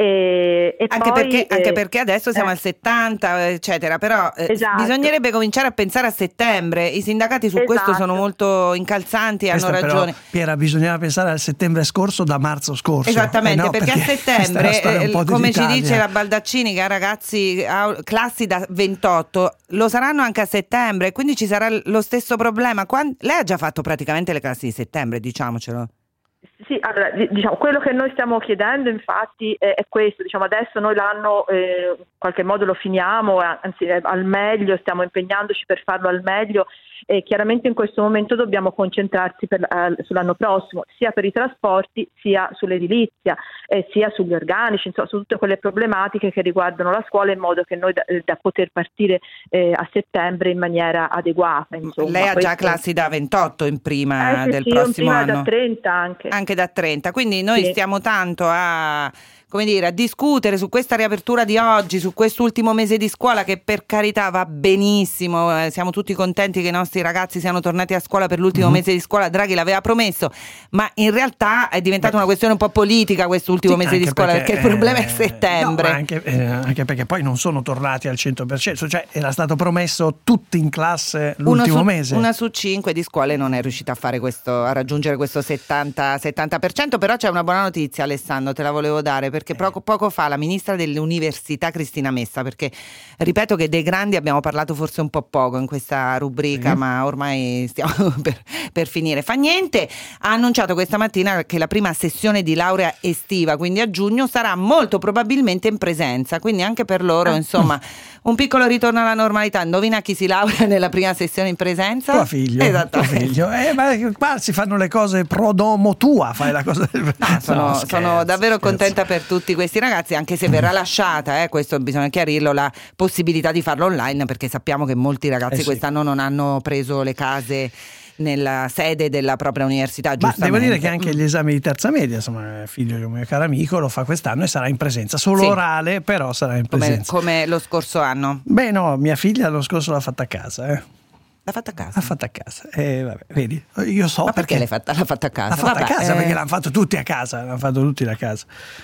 Speaker 19: E, e
Speaker 18: anche,
Speaker 19: poi,
Speaker 18: perché,
Speaker 19: eh,
Speaker 18: anche perché adesso siamo
Speaker 19: eh,
Speaker 18: al settanta, eccetera, però eh,
Speaker 19: esatto.
Speaker 18: bisognerebbe cominciare a pensare a settembre. I sindacati su
Speaker 19: esatto.
Speaker 18: questo sono molto incalzanti e hanno
Speaker 4: Questa
Speaker 18: ragione.
Speaker 4: Però, Piera, bisognava pensare al settembre scorso da marzo scorso.
Speaker 18: Esattamente,
Speaker 4: eh no,
Speaker 18: perché,
Speaker 4: perché
Speaker 18: a settembre, eh, come ci dice la Baldaccini, che ha ragazzi, ha classi da ventotto, lo saranno anche a settembre, quindi ci sarà lo stesso problema. Quando, lei ha già fatto praticamente le classi di settembre, diciamocelo.
Speaker 19: Sì, allora, diciamo, quello che noi stiamo chiedendo infatti è, è questo, diciamo, adesso noi l'anno eh, in qualche modo lo finiamo, anzi al meglio, stiamo impegnandoci per farlo al meglio, e chiaramente in questo momento dobbiamo concentrarci per, eh, sull'anno prossimo, sia per i trasporti, sia sull'edilizia, eh, sia sugli organici, insomma, su tutte quelle problematiche che riguardano la scuola, in modo che noi da, da poter partire eh, a settembre in maniera adeguata. Insomma.
Speaker 18: Lei ha
Speaker 19: questo...
Speaker 18: già classi da ventotto in prima
Speaker 19: eh, sì,
Speaker 18: del
Speaker 19: sì,
Speaker 18: prossimo
Speaker 19: prima
Speaker 18: anno.
Speaker 19: Da trenta anche.
Speaker 18: Anche da trenta, quindi noi
Speaker 19: sì.
Speaker 18: stiamo tanto a, come dire, a discutere su questa riapertura di oggi, su quest'ultimo mese di scuola, che per carità va benissimo, eh, siamo tutti contenti che i nostri ragazzi siano tornati a scuola per l'ultimo mm-hmm. mese di scuola, Draghi l'aveva promesso, ma in realtà è diventata Beh, una questione un po' politica quest'ultimo sì, mese di scuola, perché, perché il problema
Speaker 4: eh,
Speaker 18: è settembre.
Speaker 4: No, anche, eh, anche perché poi non sono tornati al cento per cento, cioè era stato promesso tutti in classe l'ultimo
Speaker 18: una su,
Speaker 4: mese.
Speaker 18: Una su cinque di scuole non è riuscita a fare questo, a raggiungere questo settanta per cento, però c'è una buona notizia, Alessandro, te la volevo dare, perché poco, poco fa la ministra dell'università Cristina Messa, perché ripeto che dei grandi abbiamo parlato forse un po' poco in questa rubrica, sì. ma ormai stiamo per, per finire, fa niente, ha annunciato questa mattina che la prima sessione di laurea estiva, quindi a giugno, sarà molto probabilmente in presenza, quindi anche per loro, insomma, un piccolo ritorno alla normalità. Indovina chi si laurea nella prima sessione in presenza?
Speaker 4: Tua figlio.
Speaker 18: Esattamente.
Speaker 4: Tuo figlio. Eh, ma qua si fanno le cose pro domo tua, fai la cosa del...
Speaker 18: no, sono,
Speaker 4: no, scherzo,
Speaker 18: sono davvero
Speaker 4: scherzo.
Speaker 18: contenta per tutti questi ragazzi, anche se verrà lasciata, eh, questo bisogna chiarirlo, la possibilità di farlo online, perché sappiamo che molti ragazzi eh sì. quest'anno non hanno preso le case nella sede della propria università.
Speaker 4: Ma devo dire che anche gli esami di terza media, insomma, figlio di un mio caro amico lo fa quest'anno e sarà in presenza, solo sì. orale, però sarà in presenza.
Speaker 18: Come, come lo scorso anno?
Speaker 4: Beh no, mia figlia lo scorso l'ha fatta a casa, eh.
Speaker 18: L'ha fatta a casa?
Speaker 4: L'ha fatta a casa, eh, vabbè, vedi, io so
Speaker 18: Ma
Speaker 4: perché,
Speaker 18: perché l'ha fatta, l'ha fatta a casa?
Speaker 4: L'ha fatta
Speaker 18: vabbè,
Speaker 4: a casa
Speaker 18: eh...
Speaker 4: perché l'hanno fatto tutti a casa, l'hanno fatto tutti da casa.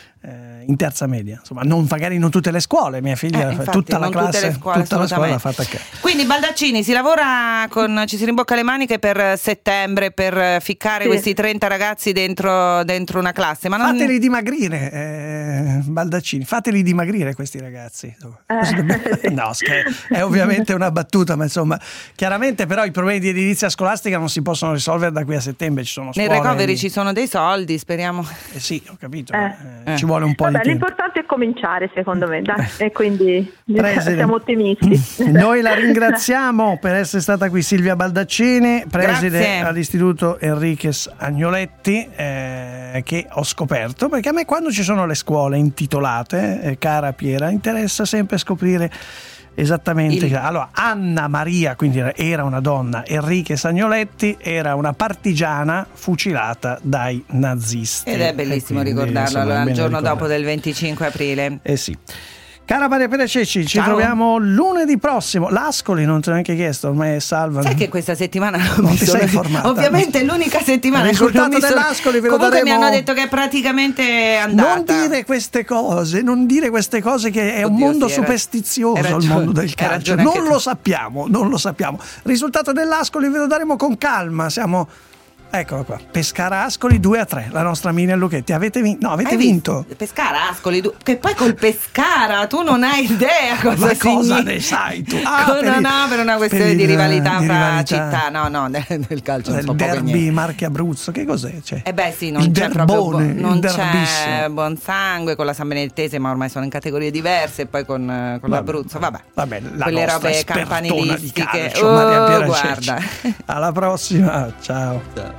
Speaker 4: In terza media, insomma, non magari non tutte le scuole, mia figlia,
Speaker 18: eh, infatti,
Speaker 4: tutta la
Speaker 18: non
Speaker 4: classe,
Speaker 18: tutte le scuole,
Speaker 4: tutta la scuola l'ha fatta a casa.
Speaker 18: Quindi Baldaccini, si lavora con, ci si rimbocca le maniche per settembre per ficcare sì. questi trenta ragazzi dentro, dentro una classe, ma non...
Speaker 4: fateli dimagrire, eh, Baldaccini, fateli dimagrire questi ragazzi. Eh. No, è ovviamente una battuta, ma insomma, chiaramente però i problemi di edilizia scolastica non si possono risolvere da qui a settembre, ci sono scuole.
Speaker 18: Nel recovery ci sono dei soldi, speriamo.
Speaker 4: Eh sì, ho capito.
Speaker 19: Eh.
Speaker 4: Eh, ci vuole vuole un po'
Speaker 19: Vabbè,
Speaker 4: di tempo.
Speaker 19: l'importante è cominciare, secondo me, dai, e quindi
Speaker 4: Presidente.
Speaker 19: siamo ottimisti.
Speaker 4: Noi la ringraziamo per essere stata qui Silvia Baldaccini, preside
Speaker 18: Grazie.
Speaker 4: all'Istituto Enriquez Agnoletti, eh, che ho scoperto, perché a me quando ci sono le scuole intitolate, eh, cara Piera, interessa sempre scoprire esattamente.
Speaker 18: Il...
Speaker 4: Allora, Anna Maria, quindi era una donna, Enriquez Agnoletti era una partigiana fucilata dai nazisti.
Speaker 18: Ed è bellissimo
Speaker 4: quindi,
Speaker 18: ricordarlo,
Speaker 4: insomma,
Speaker 18: allora, il
Speaker 4: bene
Speaker 18: giorno
Speaker 4: ricordato.
Speaker 18: dopo del venticinque aprile.
Speaker 4: Eh sì. Cara Maria Pera Cecci, ci
Speaker 18: Ciao.
Speaker 4: troviamo lunedì prossimo. L'Ascoli non ti ho neanche chiesto, ormai è salva.
Speaker 18: Sai che questa settimana non,
Speaker 4: Non
Speaker 18: mi
Speaker 4: ti
Speaker 18: sono...
Speaker 4: sei informata?
Speaker 18: Ovviamente è l'unica settimana
Speaker 4: Il
Speaker 18: in cui non
Speaker 4: risultato
Speaker 18: mi sono...
Speaker 4: dell'Ascoli ve lo
Speaker 18: Comunque
Speaker 4: daremo...
Speaker 18: mi hanno detto che è praticamente andata.
Speaker 4: Non dire queste cose, non dire queste cose, che è un
Speaker 18: Oddio,
Speaker 4: mondo
Speaker 18: sì, era-
Speaker 4: superstizioso
Speaker 18: hai
Speaker 4: il
Speaker 18: ragione,
Speaker 4: mondo del
Speaker 18: hai
Speaker 4: calcio.
Speaker 18: ragione
Speaker 4: Non
Speaker 18: anche
Speaker 4: lo
Speaker 18: tu.
Speaker 4: sappiamo, non lo sappiamo. Risultato dell'Ascoli ve lo daremo con calma. Siamo... Eccolo qua, Pescara Ascoli due a tre, la nostra Miriam Lucchetti. Avete vinto? No, avete
Speaker 18: Hai
Speaker 4: vinto.
Speaker 18: visto? Pescara, Ascoli, tu- che poi col Pescara tu non hai idea cosa
Speaker 4: Ma cosa
Speaker 18: significa.
Speaker 4: ne sai tu? Ah,
Speaker 18: Co-
Speaker 4: per
Speaker 18: no,
Speaker 4: il-
Speaker 18: no, per una questione
Speaker 4: per il-
Speaker 18: di rivalità
Speaker 4: di
Speaker 18: fra
Speaker 4: rivalità.
Speaker 18: città, no, no, nel, nel calcio non
Speaker 4: Il
Speaker 18: so poco e
Speaker 4: derby
Speaker 18: niente.
Speaker 4: Marche Abruzzo, che cos'è? Cioè,
Speaker 18: Eh beh sì, non
Speaker 4: il
Speaker 18: c'è proprio
Speaker 4: derbone,
Speaker 18: bu- non
Speaker 4: il
Speaker 18: c'è
Speaker 4: derbissimo.
Speaker 18: buon sangue con la San Benedettese, ma ormai sono in categorie diverse, e poi con, eh, con
Speaker 4: Vabbè.
Speaker 18: l'Abruzzo, vabbè.
Speaker 4: Vabbè, la
Speaker 18: Quelle
Speaker 4: nostra
Speaker 18: robe
Speaker 4: espertona di
Speaker 18: campanilistiche.
Speaker 4: calcio, Maria
Speaker 18: Oh,
Speaker 4: Piera
Speaker 18: guarda.
Speaker 4: Cecci. Alla prossima, ciao.
Speaker 18: Ciao.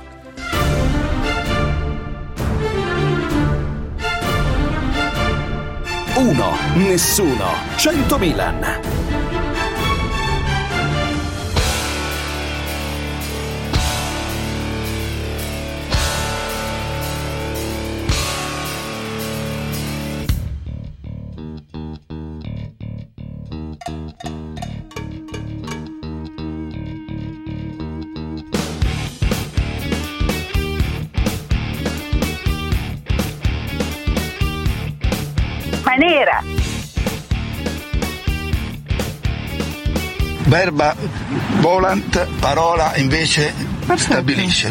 Speaker 3: Uno, nessuno, cento Milan.
Speaker 19: Nera.
Speaker 20: Verba volant, parola invece stabilisce.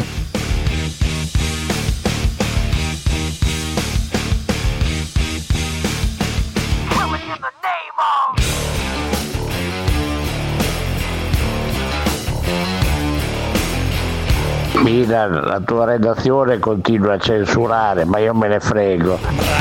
Speaker 21: Milan, la tua redazione continua a censurare, ma io me ne frego.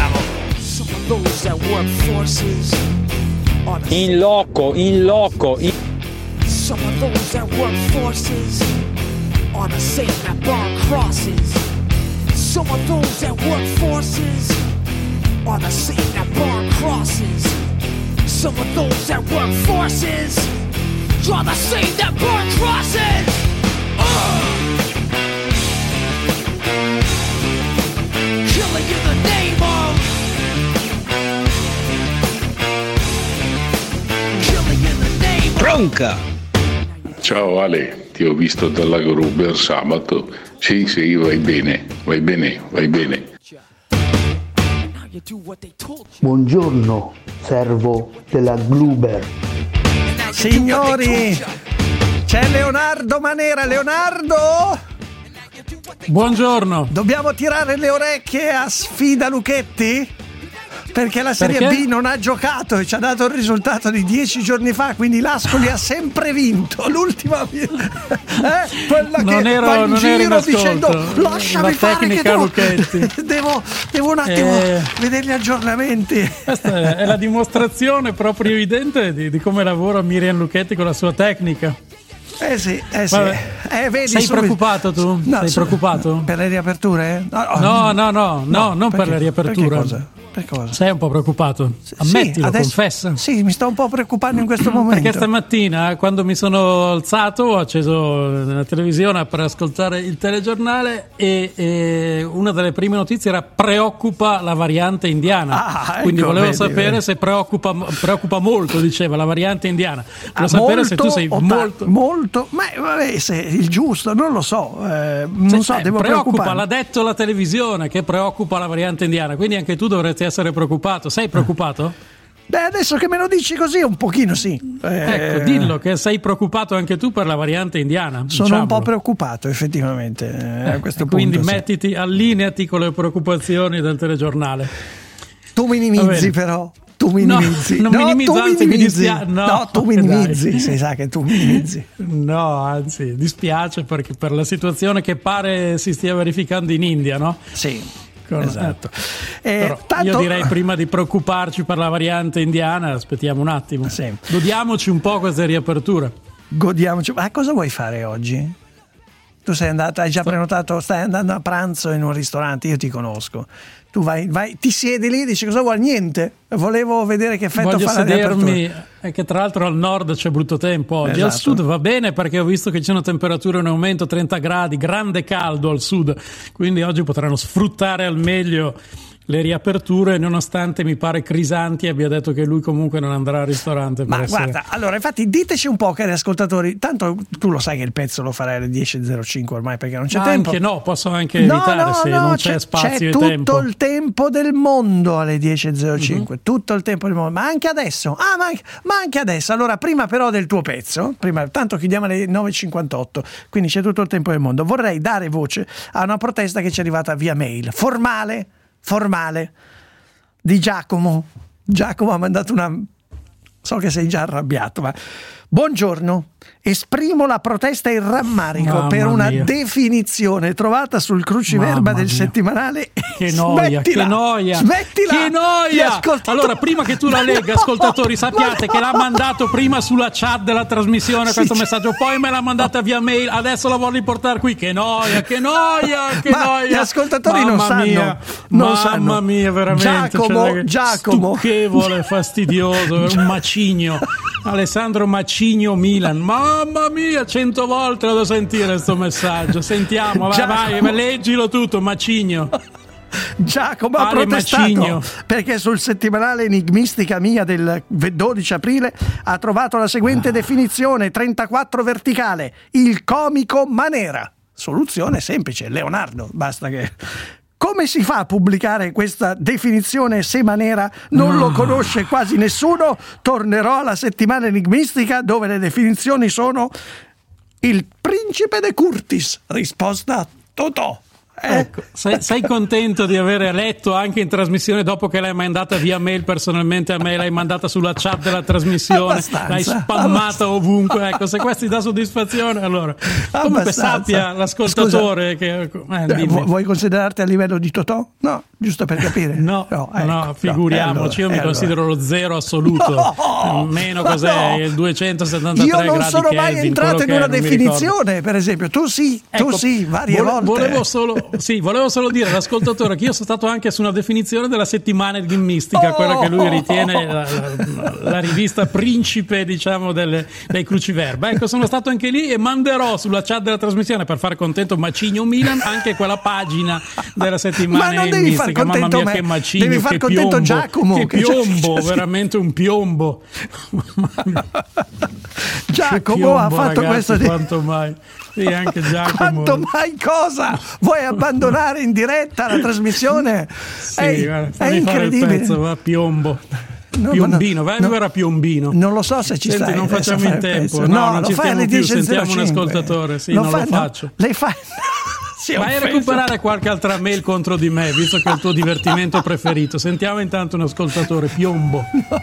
Speaker 1: In loco, in loco, in...
Speaker 22: Some of those that work forces are the same that burn crosses. Some of those that work forces are the same that burn crosses. Some of those that work forces are the same that burn crosses. Uh! Killing in the name of. Killing in the name of.
Speaker 13: Tronca!
Speaker 23: Ciao Ale, ti ho visto dalla Gruber sabato. Sì, sì, vai bene, vai bene, vai bene.
Speaker 9: Buongiorno, servo della Gruber.
Speaker 4: Signori, c'è Leonardo Manera. Leonardo?
Speaker 24: Buongiorno.
Speaker 4: Dobbiamo tirare le orecchie a Sfida Lucchetti? Perché la Serie
Speaker 24: Perché?
Speaker 4: B non ha giocato e ci ha dato il risultato di dieci giorni fa, quindi l'Ascoli ha sempre vinto. L'ultima, eh? Quella
Speaker 24: Non
Speaker 4: che
Speaker 24: ero-
Speaker 4: va in
Speaker 24: non ero in
Speaker 4: giro
Speaker 24: ascolto.
Speaker 4: dicendo lasciami
Speaker 24: La
Speaker 4: fare che
Speaker 24: tecnica
Speaker 4: devo,
Speaker 24: Lucchetti.
Speaker 4: devo, devo un attimo
Speaker 24: Eh.
Speaker 4: vedere gli aggiornamenti.
Speaker 24: Questa è, è la dimostrazione proprio evidente di, di come lavora Miriam Lucchetti con la sua tecnica.
Speaker 4: Eh sì, eh sì.
Speaker 24: Vabbè.
Speaker 4: Eh, vedi,
Speaker 24: Sei
Speaker 4: subito-
Speaker 24: preoccupato tu?
Speaker 4: No,
Speaker 24: Sei
Speaker 4: su-
Speaker 24: preoccupato?
Speaker 4: Per le riaperture? No,
Speaker 24: No, no, no, no, non per
Speaker 4: perché-
Speaker 24: la riapertura.
Speaker 4: perché cosa? Per cosa?
Speaker 24: Sei un po' preoccupato? Ammettilo,
Speaker 4: adesso-
Speaker 24: confessa.
Speaker 4: Sì, mi sto un po' preoccupando in questo momento.
Speaker 24: Perché stamattina, quando mi sono alzato, ho acceso la televisione per ascoltare il telegiornale e, e una delle prime notizie era preoccupa la variante indiana.
Speaker 4: Ah,
Speaker 24: Quindi
Speaker 4: ecco,
Speaker 24: volevo
Speaker 4: vedi,
Speaker 24: sapere
Speaker 4: vedi.
Speaker 24: se preoccupa, preoccupa molto, diceva, la variante indiana. Volevo
Speaker 4: Ah,
Speaker 24: sapere se tu sei
Speaker 4: o ta-
Speaker 24: molto...
Speaker 4: molto, ma vabbè, se il giusto, non lo so, eh, non
Speaker 24: Cioè,
Speaker 4: so,
Speaker 24: eh,
Speaker 4: devo
Speaker 24: preoccupa,
Speaker 4: preoccuparmi.
Speaker 24: l'ha detto la televisione che preoccupa la variante indiana, quindi anche tu dovresti essere preoccupato. Sei preoccupato?
Speaker 4: Beh, adesso che me lo dici così, un pochino sì. Eh,
Speaker 24: Ecco, dillo che sei preoccupato anche tu per la variante indiana.
Speaker 4: Sono
Speaker 24: diciamolo.
Speaker 4: un po' preoccupato, effettivamente, eh, a questo
Speaker 24: Quindi
Speaker 4: punto. sì.
Speaker 24: mettiti, allineati con le preoccupazioni del telegiornale.
Speaker 4: Tu
Speaker 24: Va
Speaker 4: minimizzi,
Speaker 24: bene.
Speaker 4: però. Tu
Speaker 24: No,
Speaker 4: minimizzi.
Speaker 24: non
Speaker 4: No,
Speaker 24: minimizzo,
Speaker 4: tu
Speaker 24: anzi, mi
Speaker 4: minimizzi.
Speaker 24: dispia- no,
Speaker 4: No, tu
Speaker 24: dai.
Speaker 4: minimizzi. Si sa che tu minimizzi.
Speaker 24: No, anzi, dispiace perché per la situazione che pare si stia verificando in India, no?
Speaker 4: Sì.
Speaker 24: Con,
Speaker 4: esatto.
Speaker 24: Eh,
Speaker 4: Eh,
Speaker 24: però
Speaker 4: tanto...
Speaker 24: io direi prima di preoccuparci per la variante indiana, aspettiamo un attimo.
Speaker 4: Sì.
Speaker 24: Godiamoci un po' questa riapertura.
Speaker 4: Godiamoci. Ma cosa vuoi fare oggi? Tu sei andata, hai già prenotato, stai andando a pranzo in un ristorante, io ti conosco. Tu vai, vai ti siedi lì e dici cosa vuoi? Niente. Volevo vedere che effetto
Speaker 24: Voglio
Speaker 4: fa la
Speaker 24: sedermi,
Speaker 4: riapertura.
Speaker 24: è che tra l'altro al nord c'è brutto tempo oggi.
Speaker 4: Esatto.
Speaker 24: Al sud va bene perché ho visto che ci sono temperature in aumento, trenta gradi, grande caldo al sud, quindi oggi potranno sfruttare al meglio le riaperture, nonostante mi pare Crisanti abbia detto che lui comunque non andrà al ristorante. Per
Speaker 4: Ma
Speaker 24: essere...
Speaker 4: guarda, allora infatti diteci un po', cari ascoltatori, tanto tu lo sai che il pezzo lo farai alle dieci e zero cinque ormai perché non c'è
Speaker 24: Ma
Speaker 4: tempo.
Speaker 24: anche no, posso anche
Speaker 4: No,
Speaker 24: evitare
Speaker 4: no,
Speaker 24: se
Speaker 4: no,
Speaker 24: non
Speaker 4: c'è,
Speaker 24: c'è spazio
Speaker 4: c'è
Speaker 24: e
Speaker 4: tutto
Speaker 24: tempo.
Speaker 4: il tempo del mondo alle dieci e zero cinque,
Speaker 24: Mhm.
Speaker 4: tutto il tempo del mondo, ma anche adesso. Ah, ma, ma anche adesso. Allora, prima però del tuo pezzo, prima, tanto chiudiamo alle nove e cinquantotto, quindi c'è tutto il tempo del mondo. Vorrei dare voce a una protesta che ci è arrivata via mail, formale, formale, di Giacomo. Giacomo ha mandato una... So che sei già arrabbiato, ma... Buongiorno, esprimo la protesta e il rammarico
Speaker 24: Mamma
Speaker 4: per una
Speaker 24: mia.
Speaker 4: definizione trovata sul cruciverba
Speaker 24: Mamma
Speaker 4: del
Speaker 24: mia.
Speaker 4: settimanale.
Speaker 24: Che noia,
Speaker 4: Smettila,
Speaker 24: che noia,
Speaker 4: smettila.
Speaker 24: che
Speaker 4: Gli
Speaker 24: noia!
Speaker 4: ascoltatori-
Speaker 24: Allora, prima che tu la legga,
Speaker 4: No,
Speaker 24: ascoltatori, sappiate
Speaker 4: ma
Speaker 24: che
Speaker 4: no.
Speaker 24: l'ha mandato prima sulla chat della trasmissione
Speaker 4: Sì,
Speaker 24: questo
Speaker 4: sì.
Speaker 24: messaggio, poi me l'ha mandata via mail, adesso la voglio riportare qui. Che noia, che noia, che
Speaker 4: Ma
Speaker 24: noia!
Speaker 4: gli ascoltatori non
Speaker 24: Mamma
Speaker 4: sanno,
Speaker 24: mia,
Speaker 4: non
Speaker 24: mamma
Speaker 4: sanno.
Speaker 24: mia, veramente.
Speaker 4: Giacomo,
Speaker 24: cioè,
Speaker 4: Giacomo.
Speaker 24: stucchevole, fastidioso, un macigno. Alessandro Macigno Milan, mamma mia, cento volte lo devo sentire sto messaggio. Sentiamo, vai,
Speaker 4: Giacomo.
Speaker 24: vai, leggilo tutto, Macigno.
Speaker 4: Giacomo ha
Speaker 24: Ale
Speaker 4: protestato
Speaker 24: Macigno.
Speaker 4: perché sul settimanale Enigmistica Mia del dodici aprile ha trovato la seguente definizione trentaquattro verticale: il comico Manera. Soluzione semplice, Leonardo, basta che... Come si fa a pubblicare questa definizione se Manera non lo conosce quasi nessuno? Tornerò alla settimana enigmistica dove le definizioni sono il principe de Curtis, risposta Totò. Eh?
Speaker 24: Ecco, sei, sei contento di aver letto anche in trasmissione dopo che l'hai mandata via mail personalmente a me, l'hai mandata sulla chat della trasmissione,
Speaker 4: Abbastanza,
Speaker 24: l'hai spammata
Speaker 4: abbastanza.
Speaker 24: ovunque. Ecco, se questo ti dà soddisfazione, allora comunque
Speaker 4: Abbastanza.
Speaker 24: sappia l'ascoltatore
Speaker 4: Scusa,
Speaker 24: che eh,
Speaker 4: eh,
Speaker 24: dimmi.
Speaker 4: vu- vuoi considerarti a livello di Totò? No, giusto per capire.
Speaker 24: No,
Speaker 4: ecco,
Speaker 24: no, figuriamoci, io
Speaker 4: e
Speaker 24: mi
Speaker 4: allora,
Speaker 24: considero lo zero assoluto.
Speaker 4: No!
Speaker 24: Meno
Speaker 4: Ma
Speaker 24: cos'è
Speaker 4: no!
Speaker 24: il duecentosettantatré
Speaker 4: io non
Speaker 24: gradi
Speaker 4: sono mai
Speaker 24: Kelvin,
Speaker 4: entrato
Speaker 24: quello
Speaker 4: in una
Speaker 24: che è, non mi ricordo.
Speaker 4: definizione, per esempio. Tu sì, tu
Speaker 24: Ecco,
Speaker 4: sì, varie
Speaker 24: vole-
Speaker 4: volte.
Speaker 24: Volevo solo, sì, volevo solo dire all'ascoltatore che io sono stato anche su una definizione della settimana enigmistica,
Speaker 4: Oh!
Speaker 24: quella che lui ritiene la, la- la rivista principe, diciamo, delle, dei cruciverba. Ecco, sono stato anche lì e manderò sulla chat della trasmissione, per far contento Macigno Milan, anche quella pagina della settimana
Speaker 4: Ma non devi far
Speaker 24: enigmistica. Mamma
Speaker 4: contento
Speaker 24: mia,
Speaker 4: me,
Speaker 24: che macigno,
Speaker 4: devi far
Speaker 24: che
Speaker 4: contento
Speaker 24: piombo,
Speaker 4: Giacomo,
Speaker 24: che
Speaker 4: che c'è-
Speaker 24: piombo,
Speaker 4: sì.
Speaker 24: veramente un piombo.
Speaker 4: Giacomo
Speaker 24: Che
Speaker 4: ha
Speaker 24: piombo,
Speaker 4: fatto
Speaker 24: ragazzi,
Speaker 4: questo di...
Speaker 24: quanto mai. Sì, anche Giacomo.
Speaker 4: Quanto mai cosa? Vuoi abbandonare in diretta la trasmissione?
Speaker 24: Sì,
Speaker 4: è,
Speaker 24: guarda,
Speaker 4: è
Speaker 24: fammi fare il
Speaker 4: incredibile.
Speaker 24: pezzo, va, piombo.
Speaker 4: No,
Speaker 24: Piombino,
Speaker 4: ma
Speaker 24: vai
Speaker 4: no,
Speaker 24: a a Piombino.
Speaker 4: Non lo so se ci
Speaker 24: Senti,
Speaker 4: stai
Speaker 24: non
Speaker 4: adesso a
Speaker 24: facciamo
Speaker 4: fare
Speaker 24: in
Speaker 4: il
Speaker 24: tempo.
Speaker 4: pezzo.
Speaker 24: No,
Speaker 4: No,
Speaker 24: non
Speaker 4: lo
Speaker 24: ci
Speaker 4: fai
Speaker 24: stiamo
Speaker 4: alle
Speaker 24: più,
Speaker 4: dieci e zero
Speaker 24: sentiamo un
Speaker 4: cinque.
Speaker 24: ascoltatore. Sì,
Speaker 4: Lo
Speaker 24: non
Speaker 4: fai-
Speaker 24: lo
Speaker 4: no,
Speaker 24: faccio.
Speaker 4: lei fa... Si è
Speaker 24: Vai a
Speaker 4: offeso.
Speaker 24: recuperare qualche altra mail contro di me, visto che è il tuo divertimento preferito. Sentiamo intanto un ascoltatore, Piombo.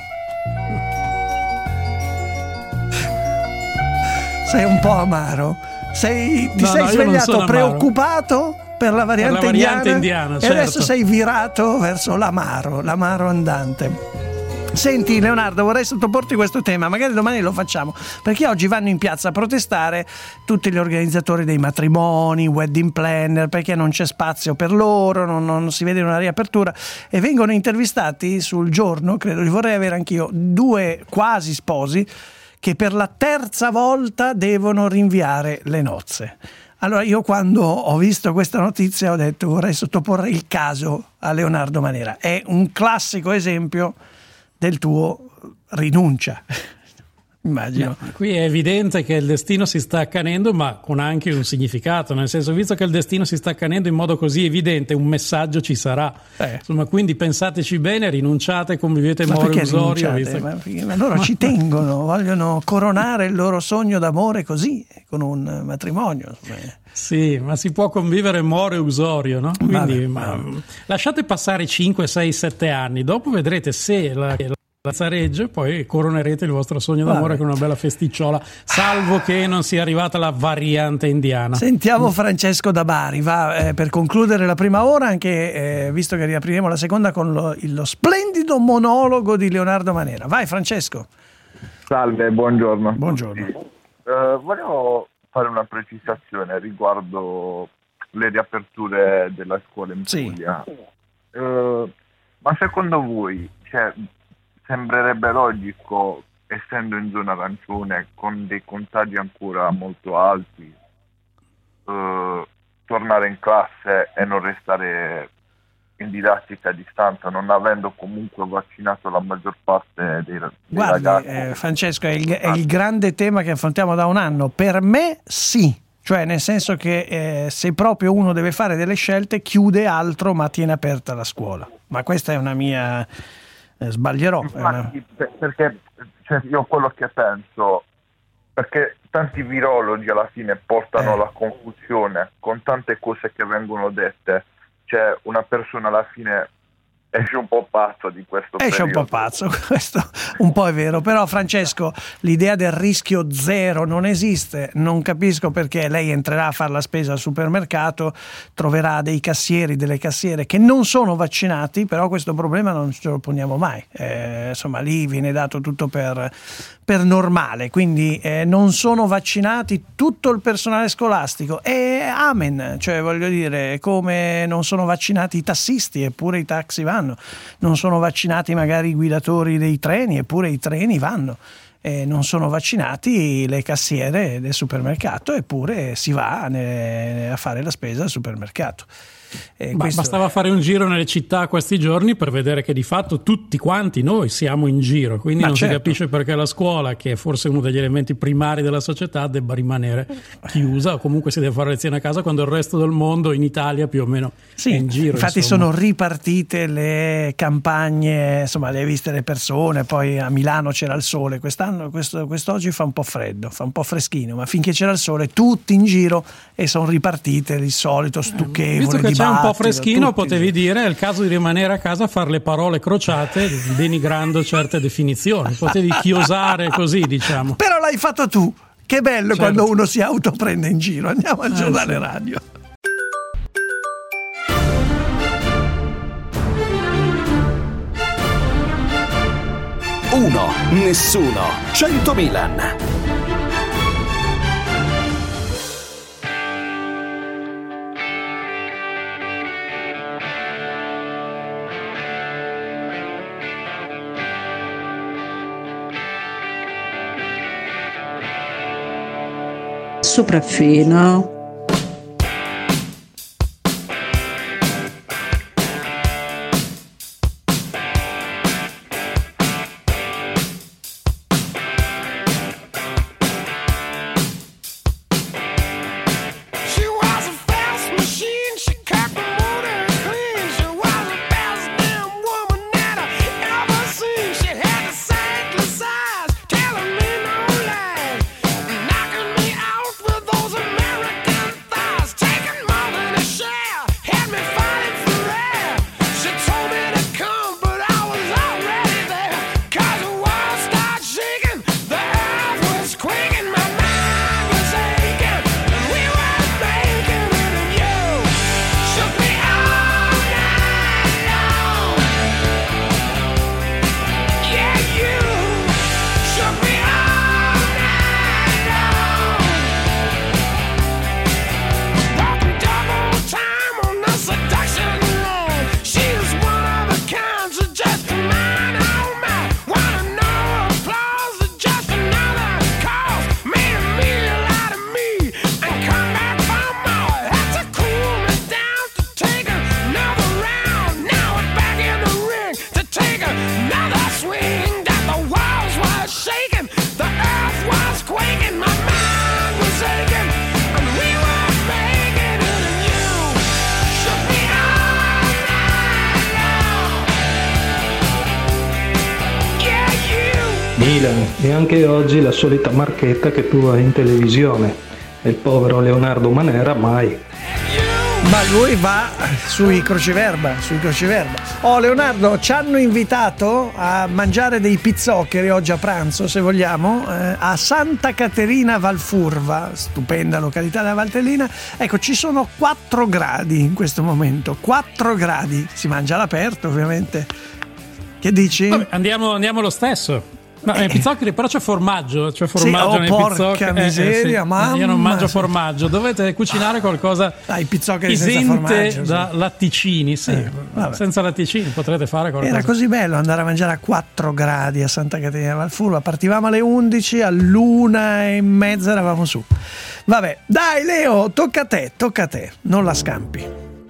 Speaker 4: Sei un po' amaro. Sei, ti
Speaker 24: No,
Speaker 4: sei
Speaker 24: no, io non
Speaker 4: svegliato
Speaker 24: sono amaro.
Speaker 4: preoccupato per la variante,
Speaker 24: Per la variante
Speaker 4: indiana,
Speaker 24: indiana,
Speaker 4: e
Speaker 24: certo.
Speaker 4: adesso sei virato verso l'amaro, l'amaro andante. Senti Leonardo, vorrei sottoporti questo tema, magari domani lo facciamo, perché oggi vanno in piazza a protestare tutti gli organizzatori dei matrimoni, wedding planner, perché non c'è spazio per loro, non, non si vede una riapertura, e vengono intervistati sul Giorno, credo li vorrei avere anch'io, due quasi sposi che per la terza volta devono rinviare le nozze. Allora io quando ho visto questa notizia ho detto vorrei sottoporre il caso a Leonardo Manera, è un classico esempio del tuo rinuncia, immagino.
Speaker 24: No, qui è evidente che il destino si sta accanendo, ma con anche un significato, nel senso, visto che il destino si sta accanendo in modo così evidente, un messaggio ci sarà.
Speaker 4: Eh.
Speaker 24: Insomma, quindi pensateci bene, rinunciate, convivete in
Speaker 4: Ma
Speaker 24: more
Speaker 4: perché
Speaker 24: usorio.
Speaker 4: rinunciate?
Speaker 24: Visto...
Speaker 4: Ma perché- ma loro ci tengono, vogliono coronare il loro sogno d'amore così, con un matrimonio.
Speaker 24: Sì, ma si può convivere more usorio, no? Quindi
Speaker 4: Vabbè,
Speaker 24: ma, lasciate passare cinque, sei, sette anni, dopo vedrete se la, Zareggio, poi coronerete il vostro sogno d'amore con una bella festicciola, salvo che non sia arrivata la variante indiana.
Speaker 4: Sentiamo Francesco da Bari, va eh, per concludere la prima ora, anche eh, visto che riapriremo la seconda con lo, lo splendido monologo di Leonardo Manera. Vai Francesco.
Speaker 2: Salve, buongiorno.
Speaker 4: Buongiorno.
Speaker 2: Uh, volevo fare una precisazione riguardo le riaperture della scuola in Puglia. Sì. Uh, ma secondo voi, cioè, sembrerebbe logico, essendo in zona arancione con dei contagi ancora molto alti, uh, tornare in classe e non restare in didattica a distanza, non avendo comunque vaccinato la maggior parte dei, dei
Speaker 4: Guardi,
Speaker 2: ragazzi?
Speaker 4: Eh, Francesco, è il, è il grande tema che affrontiamo da un anno. Per me sì, cioè nel senso che eh, se proprio uno deve fare delle scelte, chiude altro ma tiene aperta la scuola. Ma questa è una mia... Eh, sbaglierò.
Speaker 2: Infatti, una... perché cioè, io quello che penso, perché tanti virologi alla fine portano
Speaker 4: eh.
Speaker 2: la confusione con tante cose che vengono dette. Cioè una persona alla fine esce un po' pazzo di questo
Speaker 4: esce
Speaker 2: periodo.
Speaker 4: un po' pazzo, questo un po' è vero, però Francesco, l'idea del rischio zero non esiste. Non capisco perché lei entrerà a fare la spesa al supermercato, troverà dei cassieri, delle cassiere che non sono vaccinati, però questo problema non ce lo poniamo mai, eh, insomma lì viene dato tutto per, per normale, quindi eh, non sono vaccinati tutto il personale scolastico e amen, cioè voglio dire, come non sono vaccinati i tassisti, eppure i taxi vanno, non sono vaccinati magari i guidatori dei treni, eppure i treni vanno, eh, non sono vaccinati le cassiere del supermercato, eppure si va ne, a fare la spesa al supermercato. Eh,
Speaker 24: Ma
Speaker 4: questo...
Speaker 24: bastava fare un giro nelle città questi giorni per vedere che di fatto tutti quanti noi siamo in giro, quindi
Speaker 4: Ma
Speaker 24: non
Speaker 4: certo.
Speaker 24: si capisce perché la scuola, che è forse uno degli elementi primari della società, debba rimanere chiusa o comunque si deve fare lezione a casa quando il resto del mondo in Italia più o meno
Speaker 4: sì,
Speaker 24: è in giro.
Speaker 4: Infatti
Speaker 24: insomma.
Speaker 4: sono ripartite le campagne, insomma le hai viste le persone, poi a Milano c'era il sole, quest'anno, questo, quest'oggi fa un po' freddo, fa un po' freschino, ma finché c'era il sole tutti in giro e sono ripartite il solito stucchevole
Speaker 24: Visto che c'è un po' freschino,
Speaker 4: tutti.
Speaker 24: potevi dire è il caso di rimanere a casa a fare le parole crociate denigrando certe definizioni, potevi chiosare così, diciamo.
Speaker 4: Però l'hai fatto tu, che bello. Certo. Quando uno si autoprende in giro. Andiamo al
Speaker 24: eh,
Speaker 4: giornale
Speaker 24: sì.
Speaker 4: radio.
Speaker 3: Uno, nessuno, cento Milan.
Speaker 5: Sopraffino.
Speaker 6: Milan, e anche oggi la solita marchetta che tu hai in televisione, e il povero Leonardo Manera mai.
Speaker 4: Ma lui va sui crociverba, sui crociverba. Oh Leonardo, ci hanno invitato a mangiare dei pizzoccheri oggi a pranzo, se vogliamo, eh, a Santa Caterina Valfurva, stupenda località della Valtellina. Ecco, ci sono quattro gradi in questo momento, quattro gradi. Si mangia all'aperto, ovviamente. Che dici?
Speaker 24: Vabbè, andiamo, andiamo lo stesso. No, nei pizzoccheri però c'è formaggio, c'è formaggio
Speaker 4: sì, oh,
Speaker 24: nei
Speaker 4: porca
Speaker 24: pizzoccheri.
Speaker 4: miseria,
Speaker 24: eh, sì.
Speaker 4: mamma.
Speaker 24: Io non mangio formaggio, dovete cucinare qualcosa
Speaker 4: Dai, pizzoccheri
Speaker 24: esente
Speaker 4: senza formaggio,
Speaker 24: da
Speaker 4: sì.
Speaker 24: latticini, sì.
Speaker 4: Eh,
Speaker 24: senza latticini potrete fare qualcosa.
Speaker 4: Era così bello andare a mangiare a quattro gradi a Santa Caterina Valfurva. Partivamo alle undici, all'una e mezza eravamo su. Vabbè, dai Leo, tocca a te, tocca a te, non la scampi.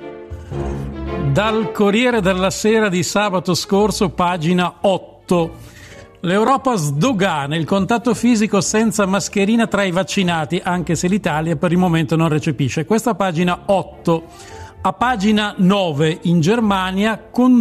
Speaker 24: Dal Corriere della Sera di sabato scorso, pagina otto. L'Europa sdogana il contatto fisico senza mascherina tra i vaccinati, anche se l'Italia per il momento non recepisce. Questa pagina otto. A pagina nove, in Germania,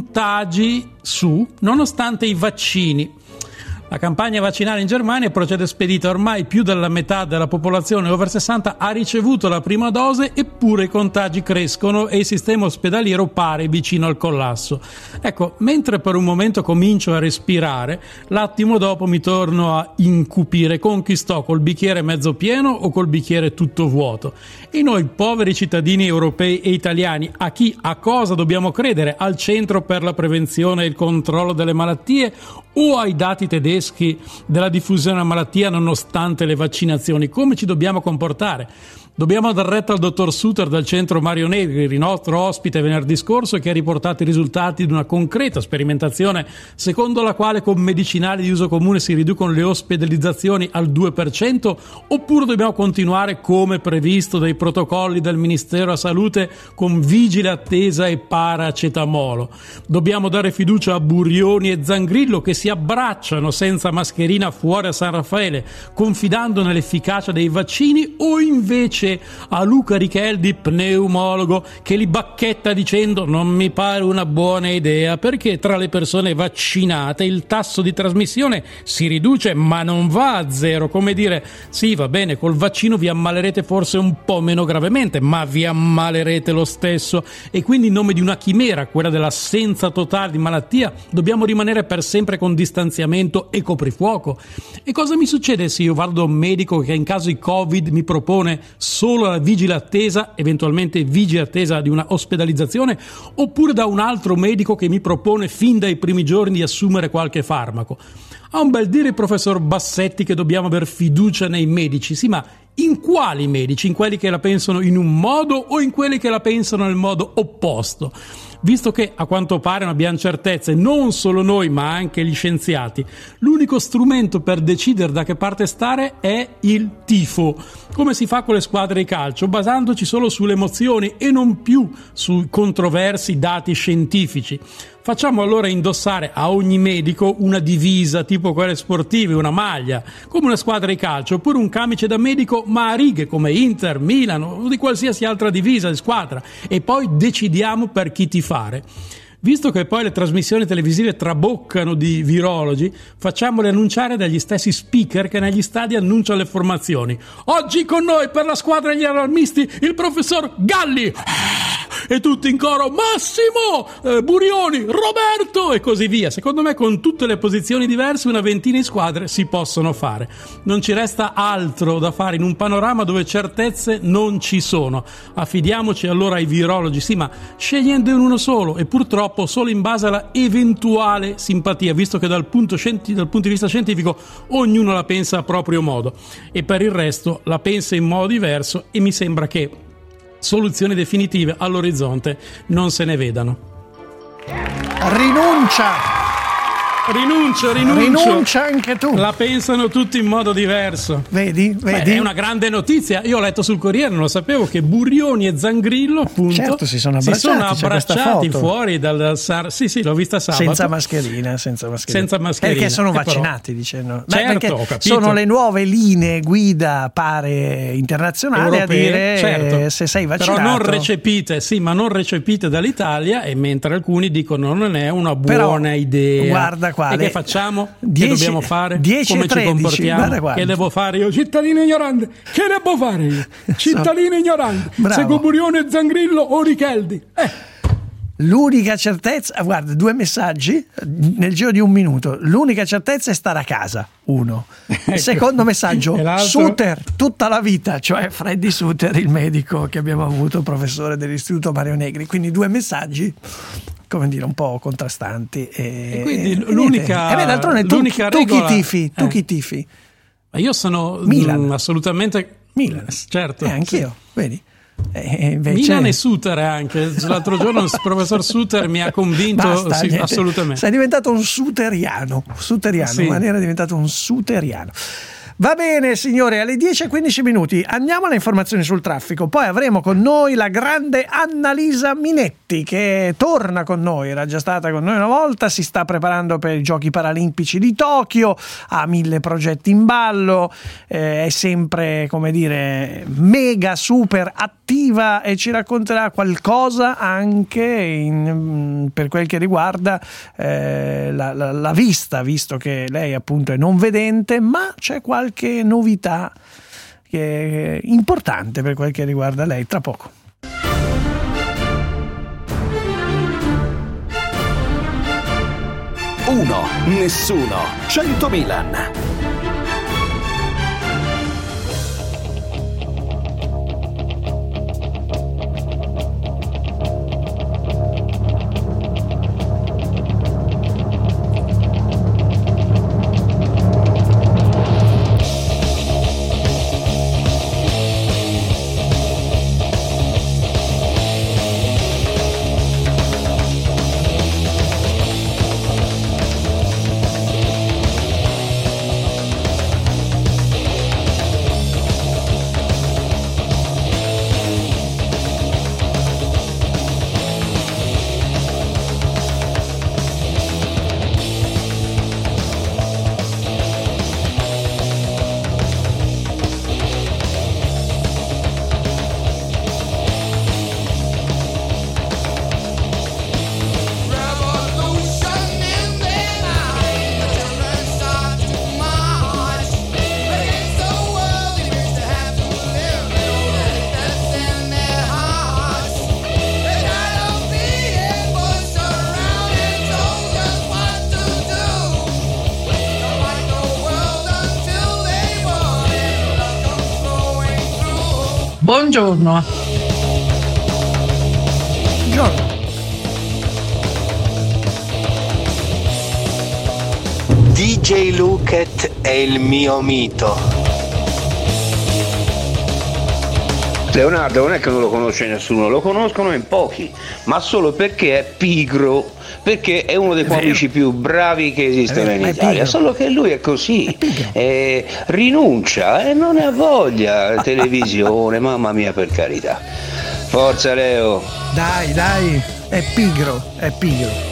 Speaker 24: contagi su, nonostante i vaccini. La campagna vaccinale in Germania procede spedita, ormai più della metà della popolazione over sessanta ha ricevuto la prima dose, eppure i contagi crescono e il sistema ospedaliero pare vicino al collasso. Ecco, mentre per un momento comincio a respirare, l'attimo dopo mi torno a incupire. Con chi sto? Col bicchiere mezzo pieno o col bicchiere tutto vuoto? E noi poveri cittadini europei e italiani, a chi, a cosa dobbiamo credere? Al Centro per la Prevenzione e il Controllo delle Malattie o ai dati tedeschi della diffusione della malattia nonostante le vaccinazioni? Come ci dobbiamo comportare? Dobbiamo dar retta al dottor Suter del centro Mario Negri, il nostro ospite venerdì scorso, che ha riportato i risultati di una concreta sperimentazione secondo la quale con medicinali di uso comune si riducono le ospedalizzazioni al due per cento, oppure dobbiamo continuare come previsto dai protocolli del Ministero della Salute con vigile attesa e paracetamolo? Dobbiamo dare fiducia a Burioni e Zangrillo che si abbracciano senza mascherina fuori a San Raffaele confidando nell'efficacia dei vaccini, o invece a Luca Richeldi, pneumologo, che li bacchetta dicendo non mi pare una buona idea perché tra le persone vaccinate il tasso di trasmissione si riduce ma non va a zero? Come dire, sì, va bene, col vaccino vi ammalerete forse un po' meno gravemente, ma vi ammalerete lo stesso, e quindi in nome di una chimera, quella dell'assenza totale di malattia, dobbiamo rimanere per sempre con distanziamento e coprifuoco. E cosa mi succede se io vado da un medico che in caso di Covid mi propone solo la vigile attesa, eventualmente vigile attesa di una ospedalizzazione, oppure da un altro medico che mi propone fin dai primi giorni di assumere qualche farmaco? Ha un bel dire il professor Bassetti che dobbiamo aver fiducia nei medici. Sì, ma in quali medici? In quelli che la pensano in un modo o in quelli che la pensano nel modo opposto? Visto che a quanto pare non abbiamo certezze, non solo noi ma anche gli scienziati, l'unico strumento per decidere da che parte stare è il tifo, come si fa con le squadre di calcio, basandoci solo sulle emozioni e non più sui controversi dati scientifici. Facciamo allora indossare a ogni medico una divisa tipo quelle sportive, una maglia, come una squadra di calcio, oppure un camice da medico ma a righe come Inter, Milan o di qualsiasi altra divisa di squadra, e poi decidiamo per chi tifare. Visto che poi le trasmissioni televisive traboccano di virologi, facciamole annunciare dagli stessi speaker che negli stadi annunciano le formazioni. Oggi con noi per la squadra degli allarmisti il professor Galli, e tutti in coro Massimo, eh, Burioni, Roberto e così via. Secondo me con tutte le posizioni diverse una ventina di squadre si possono fare. Non ci resta altro da fare in un panorama dove certezze non ci sono. Affidiamoci allora ai virologi, sì, ma scegliendo uno solo e purtroppo solo in base alla eventuale simpatia, visto che dal punto, scienti- dal punto di vista scientifico ognuno la pensa a proprio modo e per il resto la pensa in modo diverso, e mi sembra che soluzioni definitive all'orizzonte non se ne vedano.
Speaker 4: Rinuncia!
Speaker 24: Rinuncio, rinuncio.
Speaker 4: Rinuncia anche tu.
Speaker 24: La pensano tutti in modo diverso.
Speaker 4: Vedi? Vedi?
Speaker 24: Beh, è una grande notizia. Io ho letto sul Corriere, non lo sapevo, che Burioni e Zangrillo appunto
Speaker 4: certo, si sono abbracciati,
Speaker 24: si sono abbracciati fuori dal, dal Sar. Sì, sì, l'ho vista sabato.
Speaker 4: Senza mascherina, senza mascherina.
Speaker 24: Senza mascherina.
Speaker 4: Perché sono
Speaker 24: eh,
Speaker 4: vaccinati,
Speaker 24: però,
Speaker 4: dicendo.
Speaker 24: Certo,
Speaker 4: perché
Speaker 24: ho capito.
Speaker 4: Sono le nuove linee guida pare internazionali europee, a dire
Speaker 24: certo.
Speaker 4: se sei vaccinato.
Speaker 24: Però non recepite, sì, ma non recepite dall'Italia, e mentre alcuni dicono non è una buona
Speaker 4: però,
Speaker 24: idea.
Speaker 4: Guarda Guarda qua.
Speaker 24: E
Speaker 4: le-
Speaker 24: che facciamo?
Speaker 4: dieci-
Speaker 24: che dobbiamo fare?
Speaker 4: dieci
Speaker 24: Come
Speaker 4: e tredici,
Speaker 24: ci
Speaker 4: guarda
Speaker 24: comportiamo?
Speaker 4: qua.
Speaker 24: Che devo fare io? Cittadino ignorante. Che devo fare io? Cittadino ignorante.
Speaker 4: Bravo.
Speaker 24: Se Coburione, Zangrillo o Richeldi. Eh.
Speaker 4: L'unica certezza, guarda, due messaggi nel giro di un minuto. L'unica certezza è stare a casa, uno. Il secondo messaggio,
Speaker 24: E l'altro?
Speaker 4: Suter, tutta la vita, cioè Freddy Suter, il medico che abbiamo avuto, professore dell'Istituto Mario Negri. Quindi due messaggi, come dire, un po' contrastanti. E,
Speaker 24: E quindi
Speaker 4: e
Speaker 24: l'unica-
Speaker 4: niente. Eh beh, d'altronde tu,
Speaker 24: l'unica
Speaker 4: tu
Speaker 24: regola-
Speaker 4: chi tifi? Tu
Speaker 24: eh.
Speaker 4: chi tifi?
Speaker 24: Ma io sono
Speaker 4: Milan.
Speaker 24: mm, assolutamente
Speaker 4: Milan.
Speaker 24: certo.
Speaker 4: Eh, anch'io, vedi? E invece...
Speaker 24: Milan e Suter anche. L'altro giorno il professor Suter mi ha convinto
Speaker 4: Basta,
Speaker 24: sì,
Speaker 4: niente.
Speaker 24: assolutamente.
Speaker 4: Sei diventato un suteriano, suteriano,
Speaker 24: Sì.
Speaker 4: Maniera è diventato un suteriano. Va bene signore, alle dieci e quindici minuti andiamo alle informazioni sul traffico, poi avremo con noi la grande Annalisa Minetti che torna con noi, era già stata con noi una volta, si sta preparando per i Giochi Paralimpici di Tokyo, ha mille progetti in ballo, eh, è sempre, come dire, mega super attiva e ci racconterà qualcosa anche in, per quel che riguarda eh, la, la, la vista, visto che lei appunto è non vedente, ma c'è qualche novità che è importante per quel che riguarda lei tra poco.
Speaker 3: Uno, nessuno, cento Milan.
Speaker 5: Buongiorno.
Speaker 4: Buongiorno.
Speaker 7: D J Luket è il mio mito.
Speaker 8: Leonardo non è che non lo conosce nessuno, lo conoscono in pochi, ma solo perché è pigro, perché è uno dei comici più bravi che esistono
Speaker 4: È vero,
Speaker 8: in
Speaker 4: è
Speaker 8: Italia,
Speaker 4: pigro.
Speaker 8: solo che lui è così, eh, rinuncia e non ne ha voglia, televisione, mamma mia, per carità. Forza Leo!
Speaker 4: Dai, dai, è pigro, è pigro.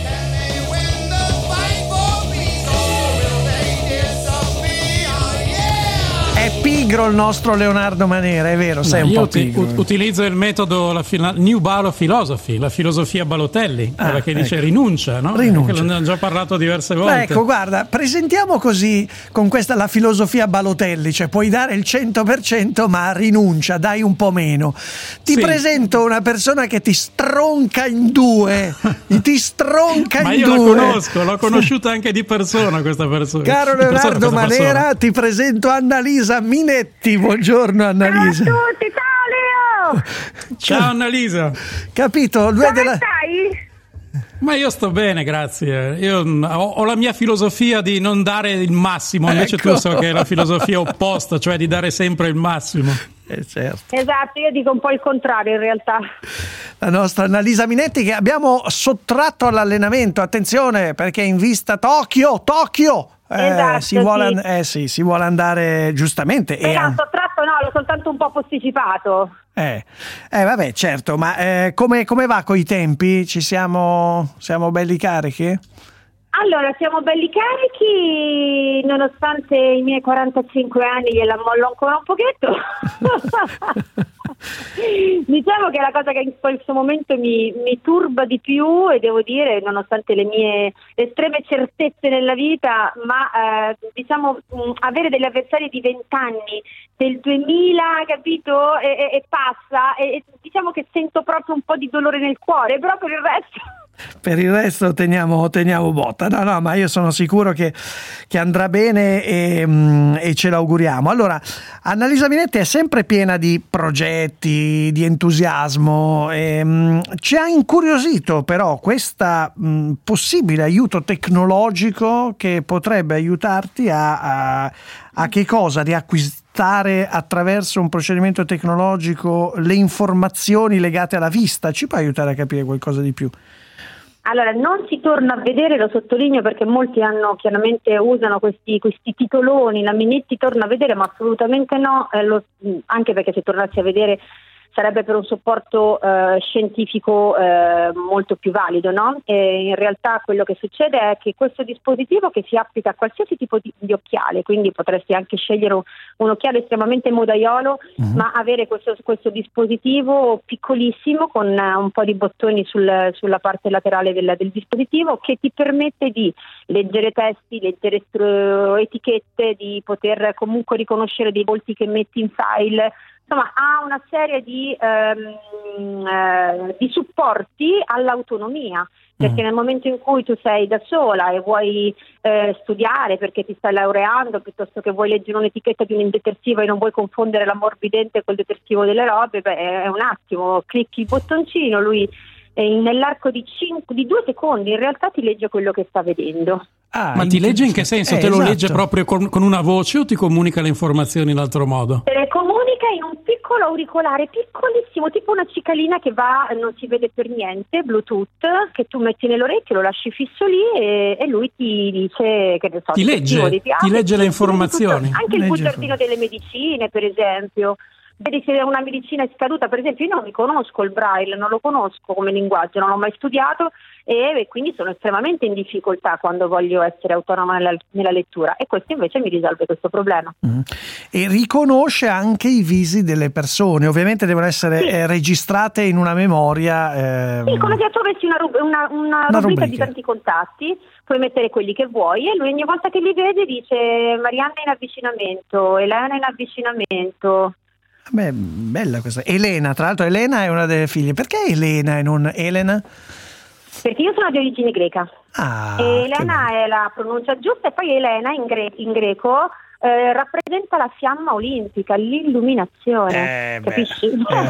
Speaker 4: È pigro il nostro Leonardo Manera, è vero, sei
Speaker 24: No,
Speaker 4: un
Speaker 24: io
Speaker 4: po'
Speaker 24: uti-
Speaker 4: pigro.
Speaker 24: ut- utilizzo il metodo la fila- New Balo Philosophy, la filosofia Balotelli,
Speaker 4: Ah,
Speaker 24: quella che dice
Speaker 4: ecco.
Speaker 24: rinuncia, no?
Speaker 4: Rinuncia.
Speaker 24: Che l'abbiamo già parlato diverse
Speaker 4: Beh,
Speaker 24: volte.
Speaker 4: ecco, guarda, presentiamo così con questa la filosofia Balotelli, cioè puoi dare il cento per cento ma rinuncia, dai un po' meno. Ti
Speaker 24: Sì.
Speaker 4: presento una persona che ti stronca in due, ti stronca
Speaker 24: Ma
Speaker 4: in
Speaker 24: io
Speaker 4: due.
Speaker 24: la conosco, l'ho conosciuta anche di persona questa persona.
Speaker 4: Caro
Speaker 24: Di persona
Speaker 4: Leonardo
Speaker 24: questa
Speaker 4: Manera,
Speaker 24: persona.
Speaker 4: ti presento Annalisa Minetti. Buongiorno Annalisa.
Speaker 12: Ciao a tutti, ciao Leo!
Speaker 24: Ciao Annalisa.
Speaker 4: Capito? Lui è della...
Speaker 12: Stai?
Speaker 24: Ma io sto bene, grazie. Io mm, ho, ho la mia filosofia di non dare il massimo, invece
Speaker 4: Ecco.
Speaker 24: tu so che è la filosofia opposta, cioè di dare sempre il massimo.
Speaker 4: Eh, certo.
Speaker 12: Esatto, io dico un po' il contrario in realtà.
Speaker 4: La nostra Annalisa Minetti che abbiamo sottratto all'allenamento, attenzione perché in vista Tokyo, Tokyo! Eh,
Speaker 12: Esatto,
Speaker 4: si, vuole,
Speaker 12: sì.
Speaker 4: an- eh, sì, si vuole andare giustamente e
Speaker 12: Però
Speaker 4: an-
Speaker 12: sottratto no, l'ho soltanto un po' posticipato.
Speaker 4: eh, eh, vabbè certo, ma eh, come, come va coi tempi? Ci siamo, siamo belli carichi?
Speaker 12: Allora, siamo belli carichi, nonostante i miei quarantacinque anni gliela mollo ancora un pochetto. Diciamo che la cosa che in questo momento mi, mi turba di più, e devo dire, nonostante le mie estreme certezze nella vita, ma eh, diciamo mh, avere degli avversari di vent'anni del duemila, capito, e, e, e passa, e, e diciamo che sento proprio un po' di dolore nel cuore, però per il resto...
Speaker 4: Per il resto teniamo, teniamo botta. No, no, ma io sono sicuro che, che andrà bene e, e ce l'auguriamo. Allora, Annalisa Minetti è sempre piena di progetti, di entusiasmo. E, ci ha incuriosito però questo possibile aiuto tecnologico che potrebbe aiutarti a, a, a che cosa? Riacquistare attraverso un procedimento tecnologico le informazioni legate alla vista. Ci può aiutare a capire qualcosa di più?
Speaker 12: Allora, non si torna a vedere, lo sottolineo perché molti hanno chiaramente usano questi, questi titoloni, la Minetti torna a vedere, ma assolutamente no, eh, lo, anche perché se tornassi a vedere sarebbe per un supporto eh, scientifico eh, molto più valido, no? E in realtà quello che succede è che questo dispositivo, che si applica a qualsiasi tipo di, di occhiale, quindi potresti anche scegliere un, un occhiale estremamente modaiolo, uh-huh. ma avere questo, questo dispositivo piccolissimo con un po' di bottoni sul, sulla parte laterale del, del dispositivo, che ti permette di leggere testi, leggere str- etichette, di poter comunque riconoscere dei volti che metti in file. Insomma, ha una serie di, ehm, eh, di supporti all'autonomia, perché mm. nel momento in cui tu sei da sola e vuoi eh, studiare perché ti stai laureando, piuttosto che vuoi leggere un'etichetta di un detersivo e non vuoi confondere l'ammorbidente col detersivo delle robe, beh, è un attimo, clicchi il bottoncino, lui eh, nell'arco di, cinque, di due secondi in realtà ti legge quello che sta vedendo.
Speaker 24: Ah, ma ti legge in che senso? Eh, Te esatto. lo legge proprio con, con una voce o ti comunica le informazioni in altro modo?
Speaker 12: Te le comunica in un piccolo auricolare piccolissimo, tipo una cicalina che va, non si vede per niente, Bluetooth, che tu metti nell'orecchio, lo lasci fisso lì e, e lui ti dice che ne so,
Speaker 24: ti legge,
Speaker 12: piace,
Speaker 24: ti legge le informazioni.
Speaker 12: Anche il bugiardino delle medicine, per esempio. Vedi, se una medicina è scaduta, per esempio, io non mi conosco il Braille, non lo conosco come linguaggio, non l'ho mai studiato e, e quindi sono estremamente in difficoltà quando voglio essere autonoma nella, nella lettura, e questo invece mi risolve questo problema. Mm.
Speaker 4: E riconosce anche i visi delle persone, ovviamente devono essere sì. eh, registrate in una memoria.
Speaker 12: Eh... Sì, come se tu avessi una, rub- una, una, una rubrica, rubrica di tanti contatti, puoi mettere quelli che vuoi e lui ogni volta che li vede dice Marianna in avvicinamento, Elena in avvicinamento.
Speaker 4: Beh, bella questa. Elena, tra l'altro Elena è una delle figlie. Perché Elena e non Elena?
Speaker 12: Perché io sono di origine greca.
Speaker 4: Ah,
Speaker 12: Elena è la pronuncia giusta, e poi Elena in, gre- in greco eh, rappresenta la fiamma olimpica, l'illuminazione.
Speaker 4: Eh,
Speaker 12: capisci?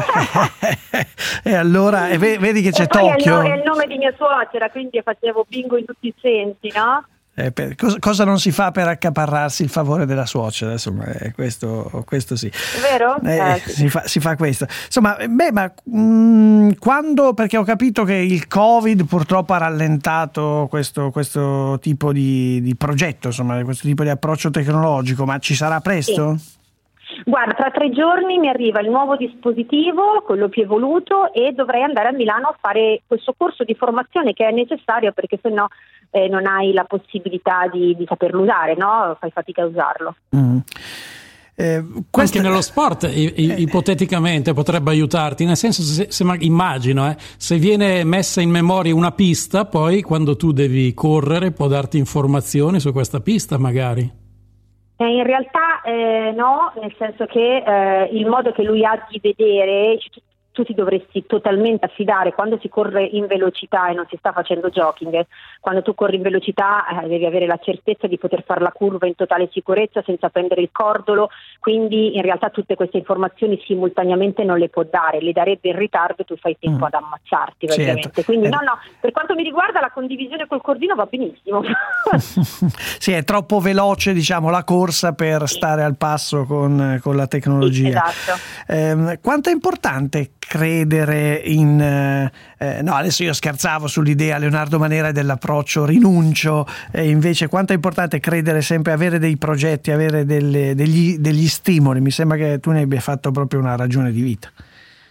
Speaker 4: E allora e vedi che c'è
Speaker 12: e poi
Speaker 4: Tokyo.
Speaker 12: È il, è il nome di mia suocera, quindi facevo bingo in tutti i sensi, no?
Speaker 4: Eh, per, cosa, cosa non si fa per accaparrarsi il favore della suocera? Insomma, eh, questo, questo sì.
Speaker 12: Vero?
Speaker 4: Eh,
Speaker 12: eh, sì.
Speaker 4: Si, fa, si fa questo. Insomma, beh, ma mh, quando, perché ho capito che il Covid purtroppo ha rallentato questo, questo tipo di, di progetto, insomma, questo tipo di approccio tecnologico, ma ci sarà presto?
Speaker 12: Sì. Guarda, tra tre giorni mi arriva il nuovo dispositivo, quello più evoluto, e dovrei andare a Milano a fare questo corso di formazione che è necessario, perché se no eh, non hai la possibilità di, di saperlo usare, no? Fai fatica a usarlo.
Speaker 4: Mm. Eh, questa...
Speaker 24: Anche nello sport i, i, eh. ipoteticamente potrebbe aiutarti, nel senso, se, se immagino eh, se viene messa in memoria una pista, poi quando tu devi correre può darti informazioni su questa pista magari.
Speaker 12: Eh, in realtà eh, no, nel senso che eh, il modo che lui ha di vedere, tu ti dovresti totalmente affidare quando si corre in velocità e non si sta facendo jogging. Quando tu corri in velocità eh, devi avere la certezza di poter fare la curva in totale sicurezza senza prendere il cordolo, quindi in realtà tutte queste informazioni simultaneamente non le può dare, le darebbe in ritardo e tu fai tempo mm. ad ammazzarti praticamente. Certo. Quindi eh. no no, per quanto mi riguarda la condivisione col cordino va benissimo.
Speaker 4: Sì, è troppo veloce, diciamo, la corsa per sì. stare al passo con, con la tecnologia.
Speaker 12: Sì, esatto.
Speaker 4: Eh, quanto è importante credere in eh, no, adesso io scherzavo sull'idea Leonardo Manera dell'approccio rinuncio, e invece quanto è importante credere sempre, avere dei progetti, avere delle, degli, degli stimoli. Mi sembra che tu ne abbia fatto proprio una ragione di vita.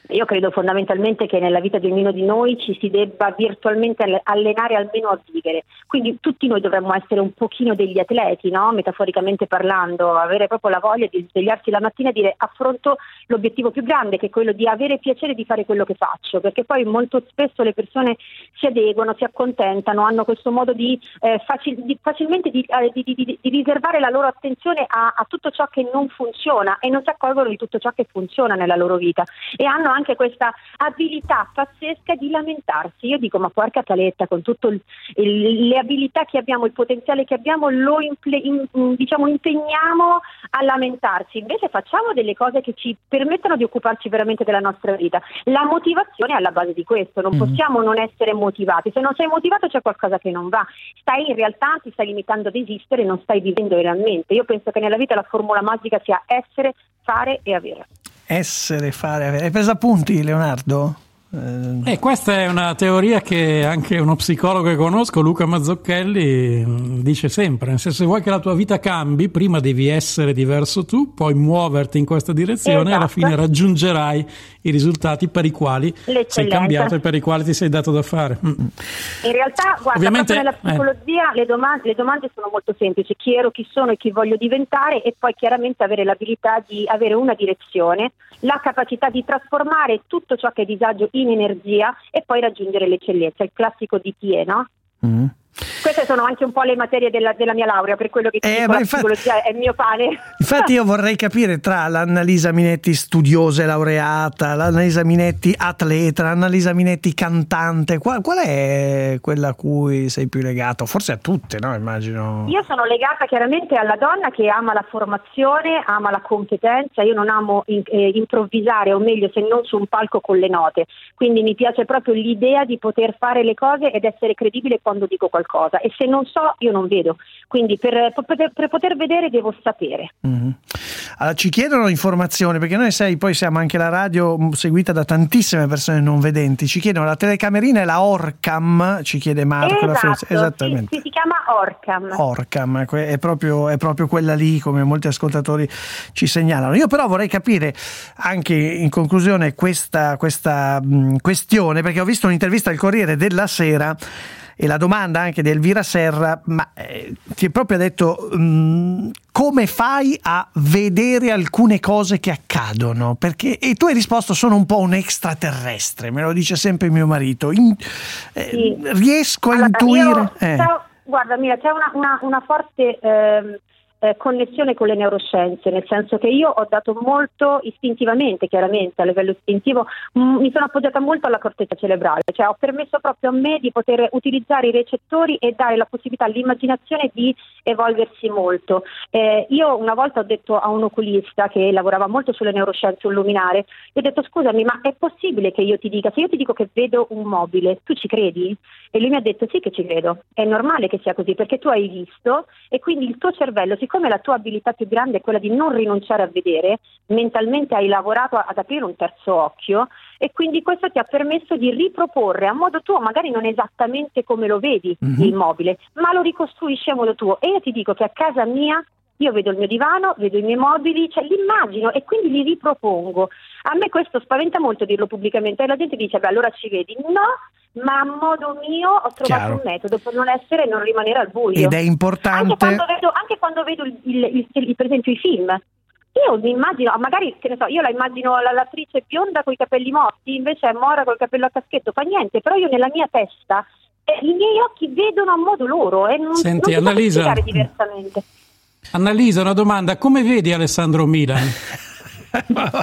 Speaker 12: Io credo fondamentalmente che nella vita di ognuno di noi ci si debba virtualmente allenare almeno a vivere, quindi tutti noi dovremmo essere un pochino degli atleti, no? Metaforicamente parlando, avere proprio la voglia di svegliarsi la mattina e dire affronto l'obiettivo più grande, che è quello di avere piacere di fare quello che faccio, perché poi molto spesso le persone si adeguano, si accontentano, hanno questo modo di, eh, facil- di facilmente di, eh, di, di, di riservare la loro attenzione a, a tutto ciò che non funziona e non si accorgono di tutto ciò che funziona nella loro vita, e hanno anche questa abilità pazzesca di lamentarsi. Io dico, ma porca paletta, con tutte le abilità che abbiamo, il potenziale che abbiamo, lo imple- in, diciamo impegniamo a lamentarsi, invece facciamo delle cose che ci permettano di occuparci veramente della nostra vita. La motivazione è alla base di questo, non mm. possiamo non essere motivati. Se non sei motivato c'è qualcosa che non va, stai in realtà ti stai limitando ad esistere, non stai vivendo realmente. Io penso che nella vita la formula magica sia essere, fare e avere.
Speaker 4: Essere, fare, avere. Hai preso appunti, Leonardo?
Speaker 24: Eh, questa è una teoria che anche uno psicologo che conosco, Luca Mazzocchelli, dice sempre, nel senso, se vuoi che la tua vita cambi, prima devi essere diverso tu, poi muoverti in questa direzione, esatto. E alla fine raggiungerai i risultati per i quali sei cambiato e per i quali ti sei dato da fare. Mm.
Speaker 12: In realtà, guarda,
Speaker 24: Ovviamente,
Speaker 12: nella psicologia eh. le, domande, le domande sono molto semplici: chi ero, chi sono e chi voglio diventare, e poi chiaramente avere l'abilità di avere una direzione, la capacità di trasformare tutto ciò che è disagio in energia e poi raggiungere l'eccellenza, il classico D T E, no? Mm. Queste sono anche un po' le materie della, della mia laurea, per quello che ti
Speaker 4: eh,
Speaker 12: dico, la
Speaker 4: infatti,
Speaker 12: psicologia è il mio pane.
Speaker 4: Infatti io vorrei capire, tra l'Annalisa Minetti studiosa e laureata, l'Annalisa Minetti atleta, l'Annalisa Minetti cantante, qual, qual è quella a cui sei più legato? Forse a tutte, no? Immagino.
Speaker 12: Io sono legata chiaramente alla donna che ama la formazione, ama la competenza. Io non amo in, eh, improvvisare, o meglio, se non su un palco con le note, quindi mi piace proprio l'idea di poter fare le cose ed essere credibile quando dico qualcosa. E se non so, io non vedo, quindi per, per, per poter vedere devo sapere.
Speaker 4: Mm-hmm. Allora, ci chiedono informazioni, perché noi sai, poi siamo anche la radio seguita da tantissime persone non vedenti. Ci chiedono la telecamerina e la Orcam, ci chiede Marco.
Speaker 12: Esatto,
Speaker 4: la esattamente.
Speaker 12: Si, si chiama Orcam.
Speaker 4: Orcam è proprio, è proprio quella lì, come molti ascoltatori ci segnalano. Io però vorrei capire anche in conclusione questa, questa mh, questione, perché ho visto un'intervista al Corriere della Sera e la domanda anche di Elvira Serra, ma eh, ti è proprio detto mh, come fai a vedere alcune cose che accadono? Perché, e tu hai risposto, sono un po' un extraterrestre, me lo dice sempre mio marito. In, eh, sì. Riesco a allora, intuire...
Speaker 12: Io, eh. Guarda Mira, c'è una, una, una forte... Eh, Eh, connessione con le neuroscienze, nel senso che io ho dato molto istintivamente, chiaramente a livello istintivo, mh, mi sono appoggiata molto alla corteccia cerebrale, cioè ho permesso proprio a me di poter utilizzare i recettori e dare la possibilità all'immaginazione di evolversi molto. Eh, io una volta ho detto a un oculista che lavorava molto sulle neuroscienze, un luminare, gli ho detto scusami, ma è possibile che io ti dica, se io ti dico che vedo un mobile, tu ci credi? E lui mi ha detto sì che ci credo, è normale che sia così perché tu hai visto e quindi il tuo cervello, siccome la tua abilità più grande è quella di non rinunciare a vedere, mentalmente hai lavorato ad aprire un terzo occhio e quindi questo ti ha permesso di riproporre a modo tuo, magari non esattamente come lo vedi mm-hmm. il mobile, ma lo ricostruisci a modo tuo. E io ti dico che a casa mia io vedo il mio divano, vedo i miei mobili, cioè li immagino e quindi li ripropongo. A me questo spaventa molto dirlo pubblicamente e la gente dice, beh allora ci vedi. No, ma a modo mio ho trovato Chiaro. un metodo per non essere e non rimanere al buio.
Speaker 4: Ed è importante.
Speaker 12: Anche quando vedo, anche quando vedo il, il, il, il, per esempio i film, io mi immagino, magari che ne so, io la immagino l'attrice bionda con i capelli mossi, invece è mora col capello a caschetto, fa niente, però io nella mia testa eh, i miei occhi vedono a modo loro e non,
Speaker 24: Senti,
Speaker 12: non si
Speaker 24: Annalisa,
Speaker 12: può spiegare diversamente.
Speaker 24: Annalisa, una domanda, come vedi Alessandro Milan?
Speaker 12: No,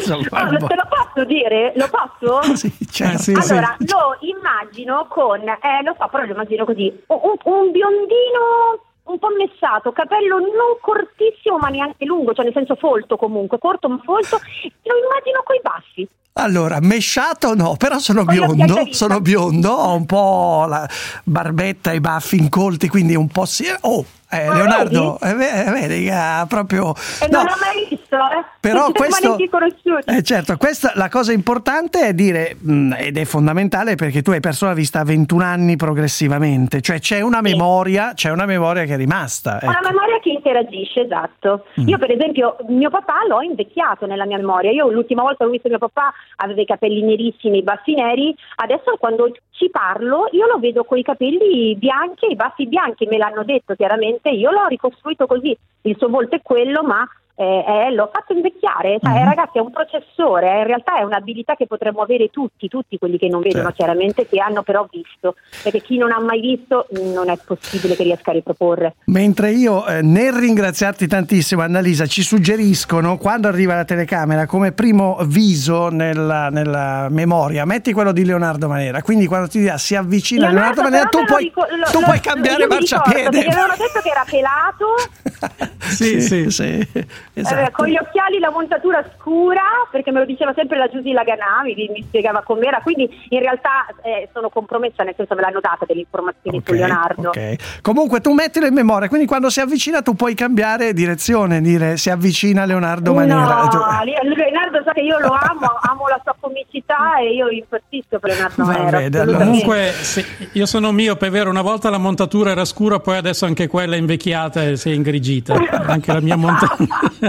Speaker 12: te lo posso dire? Lo posso?
Speaker 4: Sì, certo. sì,
Speaker 12: allora,
Speaker 4: sì.
Speaker 12: lo immagino con, eh, lo so, però lo immagino così, un, un biondino un po' messato, capello non cortissimo ma neanche lungo, cioè nel senso folto comunque, corto ma folto, lo immagino coi baffi.
Speaker 4: Allora, mesciato no, però sono biondo, sono biondo, ho un po' la barbetta e i baffi incolti, quindi un po' sì. Oh, eh, Leonardo, eh, vedi, eh, proprio...
Speaker 12: E
Speaker 4: no.
Speaker 12: non l'ho mai visto? eh.
Speaker 4: Però
Speaker 12: non ci siamo
Speaker 4: questo,
Speaker 12: neanche conosciuti.
Speaker 4: eh certo, questa la cosa importante è dire, mh, ed è fondamentale perché tu hai perso la vista a ventuno anni progressivamente, cioè c'è una memoria, c'è una memoria che è rimasta. Ecco.
Speaker 12: Una memoria che interagisce, esatto. Mm. Io per esempio mio papà l'ho invecchiato nella mia memoria. Io l'ultima volta che ho visto mio papà aveva i capelli nerissimi, i baffi neri. Adesso quando ci parlo io lo vedo con i capelli bianchi, i baffi bianchi, me l'hanno detto chiaramente, io l'ho ricostruito così. Il suo volto è quello, ma eh, eh, l'ho fatto invecchiare. Cioè, mm-hmm. Ragazzi, è un processore, eh, in realtà è un'abilità che potremmo avere tutti, tutti quelli che non vedono, certo. Chiaramente, che hanno però visto, perché chi non ha mai visto non è possibile che riesca a riproporre.
Speaker 4: Mentre io eh, nel ringraziarti tantissimo, Annalisa, ci suggeriscono quando arriva la telecamera come primo viso nella, nella memoria metti quello di Leonardo Manera, quindi quando ti dirà si avvicina Leonardo, Leonardo Manera tu puoi,
Speaker 12: ricordo,
Speaker 4: tu
Speaker 12: lo,
Speaker 4: puoi
Speaker 12: lo,
Speaker 4: cambiare marciapiede.
Speaker 12: Mi avevano detto che era pelato.
Speaker 4: Sì, sì, sì, esatto.
Speaker 12: Eh, con gli occhiali, la montatura scura, perché me lo diceva sempre la Giusy Laganami, mi spiegava com'era, quindi in realtà eh, sono compromessa, nel senso me l'hanno data delle informazioni okay, su Leonardo.
Speaker 4: Okay. Comunque tu mettilo in memoria, quindi quando si avvicina tu puoi cambiare direzione, dire si avvicina a Leonardo Manera.
Speaker 12: No, Leonardo sa che io lo amo, amo la sua comicità e io impazzisco per Leonardo Manera.
Speaker 24: Vede, allora. Comunque se, io sono miope, è vero, una volta la montatura era scura, poi adesso anche quella è invecchiata e si è ingrigita. Anche la mia montatura.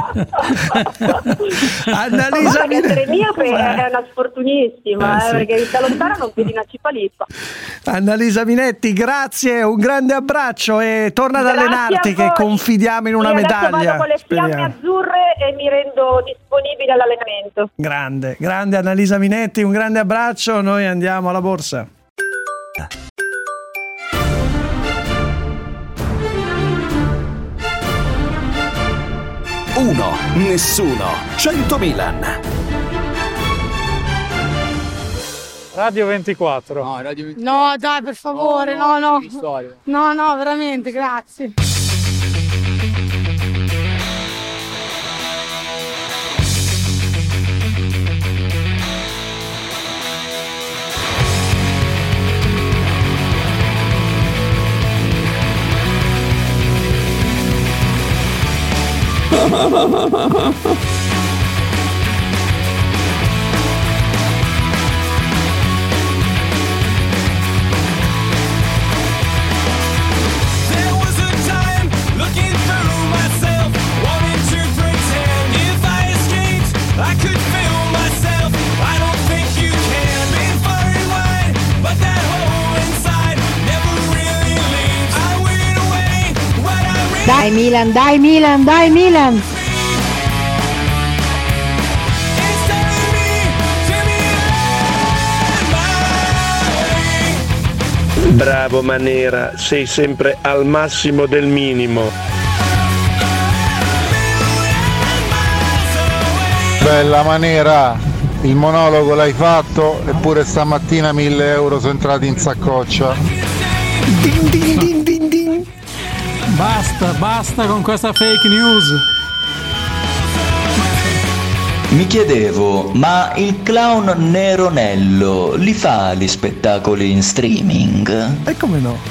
Speaker 4: Annalisa
Speaker 12: ma essere miope è una sfortunissima, eh, sì. eh, perché da lontano non vedi una cipalippa.
Speaker 4: Annalisa Minetti, grazie, un grande abbraccio e torna ad allenarti, che confidiamo in una
Speaker 12: io
Speaker 4: medaglia.
Speaker 12: Vado con le fiamme Speriamo. azzurre e mi rendo disponibile all'allenamento.
Speaker 4: Grande, grande Annalisa Minetti, un grande abbraccio, noi andiamo alla borsa.
Speaker 3: Uno, nessuno, cento Milan.
Speaker 5: Radio ventiquattro.
Speaker 11: No, Radio ventiquattro. No, dai, per favore, no, no. No, no, no, veramente, grazie.
Speaker 14: Dai Milan, dai Milan, dai Milan!
Speaker 16: Bravo Manera, sei sempre al massimo del minimo.
Speaker 10: Bella Manera, il monologo l'hai fatto, eppure stamattina mille euro sono entrati in saccoccia.
Speaker 4: Din din din din din.
Speaker 24: Basta, basta con questa fake news.
Speaker 25: Mi chiedevo, ma il clown Neronello li fa gli spettacoli in streaming?
Speaker 4: E come no?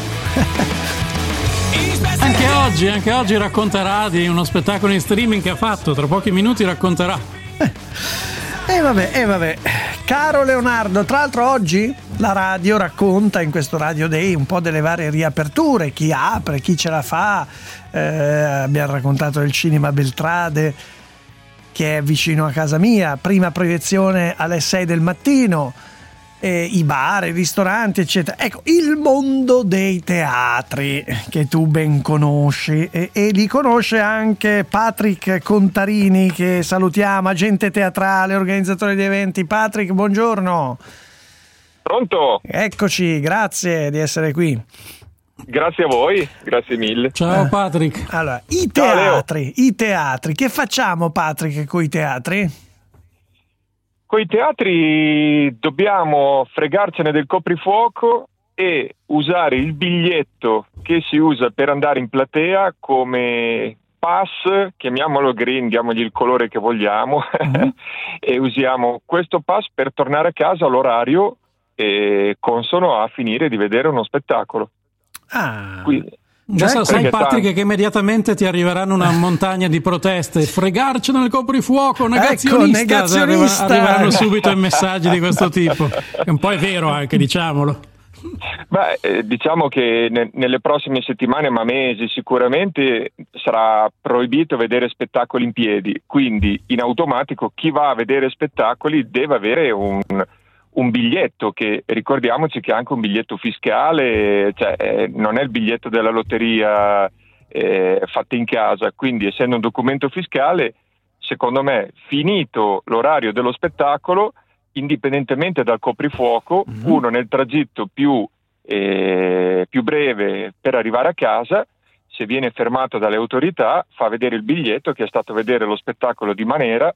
Speaker 24: Anche oggi, anche oggi racconterà di uno spettacolo in streaming che ha fatto, tra pochi minuti racconterà.
Speaker 4: E eh, vabbè, eh, vabbè. Caro Leonardo, tra l'altro oggi la radio racconta in questo Radio Day un po' delle varie riaperture, chi apre, chi ce la fa. Eh, abbiamo raccontato del Cinema Beltrade, che è vicino a casa mia, prima proiezione alle sei del mattino, eh, i bar, i ristoranti, eccetera. Ecco, il mondo dei teatri, che tu ben conosci, e, e li conosce anche Patrick Contarini, che salutiamo, agente teatrale, organizzatore di eventi. Patrick, buongiorno.
Speaker 26: Pronto?
Speaker 4: Eccoci, grazie di essere qui.
Speaker 26: Grazie a voi, grazie mille.
Speaker 24: Ciao Patrick.
Speaker 4: Allora, i teatri, Ciao, i teatri, che facciamo Patrick con i teatri?
Speaker 26: Con i teatri dobbiamo fregarcene del coprifuoco e usare il biglietto che si usa per andare in platea come pass, chiamiamolo green, diamogli il colore che vogliamo, mm-hmm. e usiamo questo pass per tornare a casa all'orario e consono a finire di vedere uno spettacolo.
Speaker 4: Ah,
Speaker 26: quindi,
Speaker 24: Adesso
Speaker 26: Cioè,
Speaker 24: sai
Speaker 26: perché
Speaker 24: Patrick
Speaker 26: tanto-
Speaker 24: che immediatamente ti arriveranno una montagna di proteste, fregarcene nel coprifuoco, negazionista,
Speaker 4: Ecco, negazionista.
Speaker 24: Arriva- arriveranno subito i messaggi di questo tipo, che un po' è vero anche, diciamolo.
Speaker 26: Beh, eh, diciamo che ne- nelle prossime settimane, ma mesi sicuramente, sarà proibito vedere spettacoli in piedi, quindi in automatico chi va a vedere spettacoli deve avere un, un biglietto, che ricordiamoci che è anche un biglietto fiscale, cioè eh, non è il biglietto della lotteria eh, fatto in casa, quindi essendo un documento fiscale, secondo me, finito l'orario dello spettacolo, indipendentemente dal coprifuoco, mm-hmm. uno nel tragitto più, eh, più breve per arrivare a casa, se viene fermato dalle autorità, fa vedere il biglietto che è stato a vedere lo spettacolo di Manera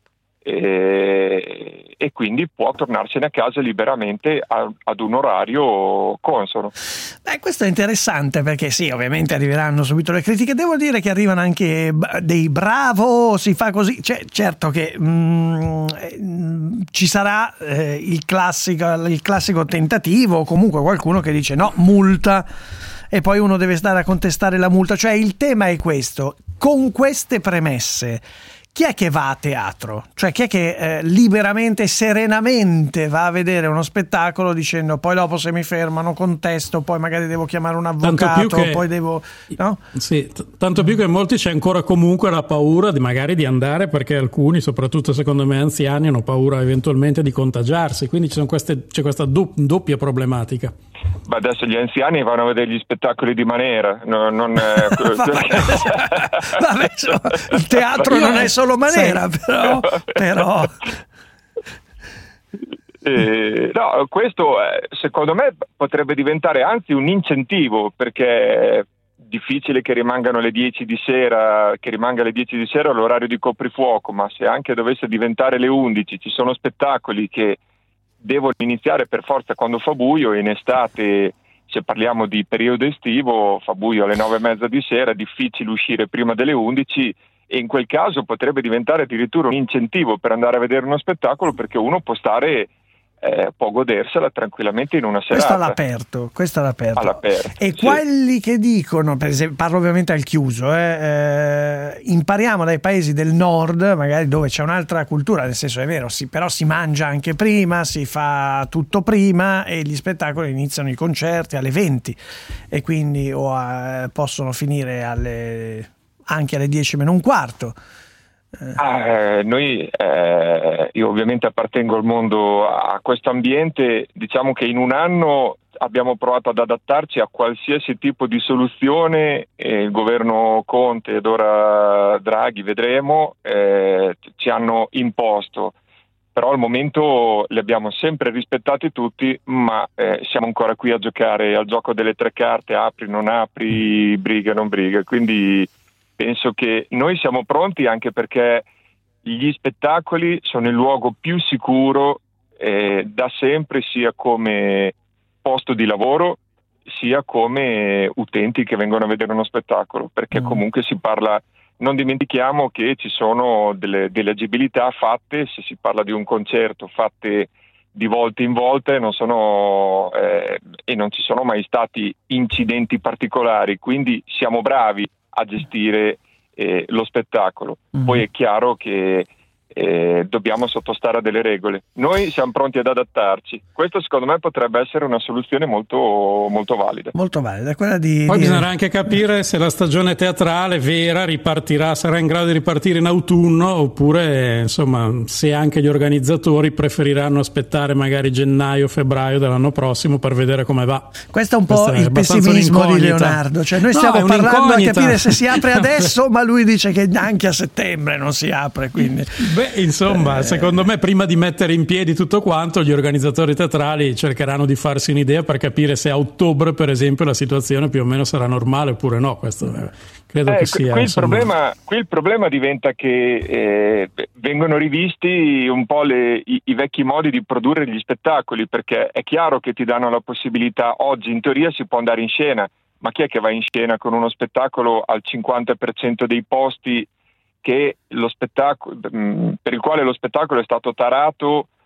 Speaker 26: e, e quindi può tornarsene a casa liberamente a, ad un orario consono.
Speaker 4: Beh, questo è interessante perché sì, ovviamente arriveranno subito le critiche. Devo dire che arrivano anche dei bravo, si fa così. Cioè, certo che mm, ci sarà eh, il classico, il classico tentativo, o comunque qualcuno che dice no, multa, e poi uno deve stare a contestare la multa. Cioè, il tema è questo. Con queste premesse, chi è che va a teatro? Cioè chi è che eh, liberamente, serenamente va a vedere uno spettacolo dicendo poi dopo se mi fermano contesto, poi magari devo chiamare un avvocato, che, poi devo... No?
Speaker 24: Sì, t- tanto più che in molti c'è ancora comunque la paura di magari di andare, perché alcuni, soprattutto secondo me anziani, hanno paura eventualmente di contagiarsi, quindi ci sono queste, c'è questa do- doppia problematica.
Speaker 26: Ma adesso gli anziani vanno a vedere gli spettacoli di Manera, no, non è...
Speaker 4: Vabbè, so, il teatro non è solo Manera, sì. però, però...
Speaker 26: Eh, no, questo eh, secondo me potrebbe diventare anzi un incentivo, perché è difficile che rimangano le dieci di sera, che rimanga alle dieci di sera l'orario di coprifuoco, ma se anche dovesse diventare le undici, ci sono spettacoli che devono iniziare per forza quando fa buio, e in estate, se parliamo di periodo estivo, fa buio alle nove e mezza di sera, è difficile uscire prima delle undici, e in quel caso potrebbe diventare addirittura un incentivo per andare a vedere uno spettacolo, perché uno può stare eh, può godersela tranquillamente in una serata.
Speaker 4: Questo all'aperto, questo all'aperto.
Speaker 26: all'aperto
Speaker 4: e
Speaker 26: sì.
Speaker 4: Quelli che dicono, per esempio, parlo ovviamente al chiuso, eh, eh, impariamo dai paesi del nord, magari dove c'è un'altra cultura, nel senso è vero, sì, però si mangia anche prima, si fa tutto prima, e gli spettacoli iniziano, i concerti alle venti, e quindi o a, possono finire alle, anche alle dieci meno un quarto.
Speaker 26: Ah, eh, noi, eh, io ovviamente appartengo al mondo, a questo ambiente, diciamo che in un anno abbiamo provato ad adattarci a qualsiasi tipo di soluzione, e il governo Conte ed ora Draghi, vedremo, eh, ci hanno imposto, però al momento li abbiamo sempre rispettati tutti, ma eh, siamo ancora qui a giocare al gioco delle tre carte, apri, non apri, briga, non briga, quindi penso che noi siamo pronti, anche perché gli spettacoli sono il luogo più sicuro eh, da sempre, sia come posto di lavoro sia come utenti che vengono a vedere uno spettacolo, perché comunque si parla, non dimentichiamo che ci sono delle, delle agibilità fatte, se si parla di un concerto, fatte di volta in volta, e non sono eh, e non ci sono mai stati incidenti particolari, quindi siamo bravi a gestire eh, lo spettacolo. Mm-hmm. Poi è chiaro che eh, dobbiamo sottostare a delle regole. Noi siamo pronti ad adattarci. Questo secondo me potrebbe essere una soluzione molto, molto valida.
Speaker 4: Molto valida, quella di...
Speaker 24: Poi
Speaker 4: di...
Speaker 24: bisognerà anche capire se la stagione teatrale vera ripartirà, sarà in grado di ripartire in autunno, oppure insomma se anche gli organizzatori preferiranno aspettare magari gennaio, febbraio dell'anno prossimo per vedere come va.
Speaker 4: Questo è un po' il pessimismo di Leonardo, cioè noi
Speaker 24: no,
Speaker 4: stiamo parlando a capire se si apre adesso, ma lui dice che neanche a settembre non si apre, quindi...
Speaker 24: Beh, insomma, eh... secondo me prima di mettere in piedi tutto quanto, gli organizzatori teatrali cercheranno di farsi un'idea per capire se a ottobre, per esempio, la situazione più o meno sarà normale oppure no. Questo eh, credo
Speaker 26: eh,
Speaker 24: che sia.
Speaker 26: Qui il,
Speaker 24: insomma...
Speaker 26: problema, qui il problema diventa che eh, vengono rivisti un po' le, i, i vecchi modi di produrre gli spettacoli, perché è chiaro che ti danno la possibilità, oggi in teoria si può andare in scena, ma chi è che va in scena con uno spettacolo al cinquanta per cento dei posti che lo spettacolo, per il quale lo spettacolo è stato tarato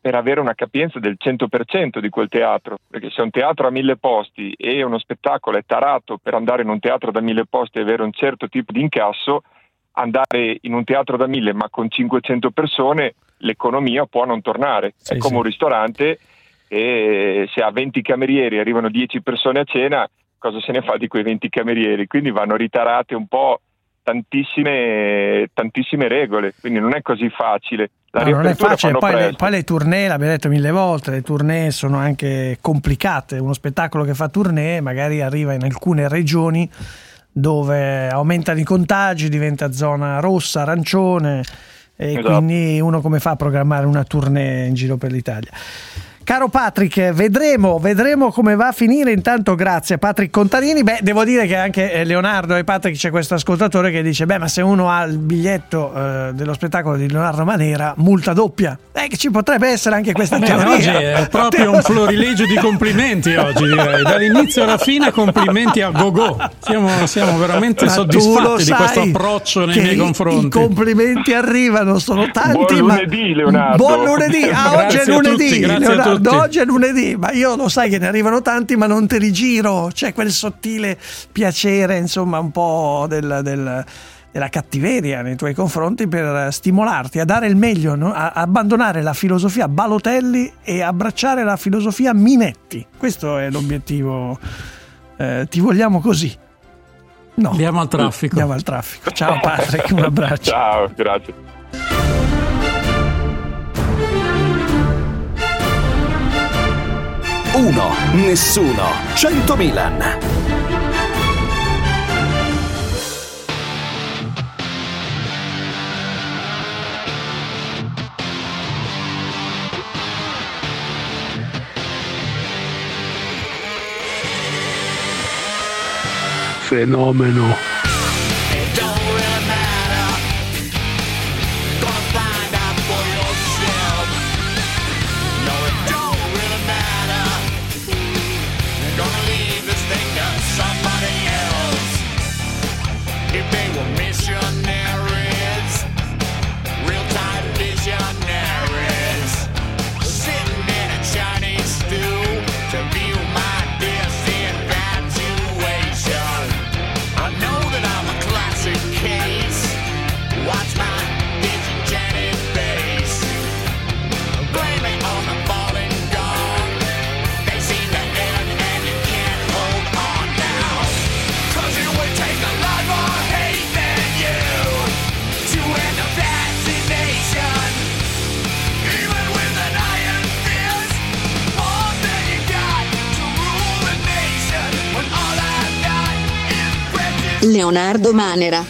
Speaker 26: per avere una capienza del cento per cento di quel teatro, perché se un teatro ha mille posti e uno spettacolo è tarato per andare in un teatro da mille posti e avere un certo tipo di incasso, andare in un teatro da mille ma con cinquecento persone l'economia può non tornare. Sì, è come sì. un ristorante, e se ha venti camerieri arrivano dieci persone a cena, cosa se ne fa di quei venti camerieri? Quindi vanno ritarate un po' tantissime tantissime regole, quindi non è così facile. La
Speaker 4: no, non è facile, poi le, poi le tournée, l'abbiamo detto mille volte, le tournée sono anche complicate. Uno spettacolo che fa tournée magari arriva in alcune regioni dove aumentano i contagi, diventa zona rossa, arancione, e esatto. quindi uno come fa a programmare una tournée in giro per l'Italia? Caro Patrick, vedremo, vedremo come va a finire. Intanto grazie a Patrick Contarini. Beh, devo dire che anche Leonardo e Patrick, c'è questo ascoltatore che dice: beh, ma se uno ha il biglietto eh, dello spettacolo di Leonardo Manera, multa doppia. Eh, che ci potrebbe essere anche questa
Speaker 24: Beh,
Speaker 4: teoria.
Speaker 24: Oggi è proprio un florilegio di complimenti oggi, direi. Dall'inizio alla fine complimenti a go-go. Siamo, siamo veramente
Speaker 4: ma
Speaker 24: soddisfatti di questo approccio nei miei confronti.
Speaker 4: I complimenti arrivano, sono tanti.
Speaker 26: Buon lunedì, Leonardo.
Speaker 4: Buon lunedì. Ah, oggi è lunedì, tutti, Leonardo. Oggi è lunedì, ma io lo sai che ne arrivano tanti, ma non te li giro. C'è quel sottile piacere, insomma, un po' del, del, della cattiveria nei tuoi confronti per stimolarti a dare il meglio, no? A abbandonare la filosofia Balotelli e abbracciare la filosofia Minetti. Questo è l'obiettivo. Eh, ti vogliamo così. No.
Speaker 24: Andiamo al traffico.
Speaker 4: Andiamo al traffico. Ciao Patrick, un abbraccio.
Speaker 26: Ciao, grazie.
Speaker 3: Uno, nessuno, cento Milan.
Speaker 23: Fenomeno.
Speaker 14: Leonardo Manera.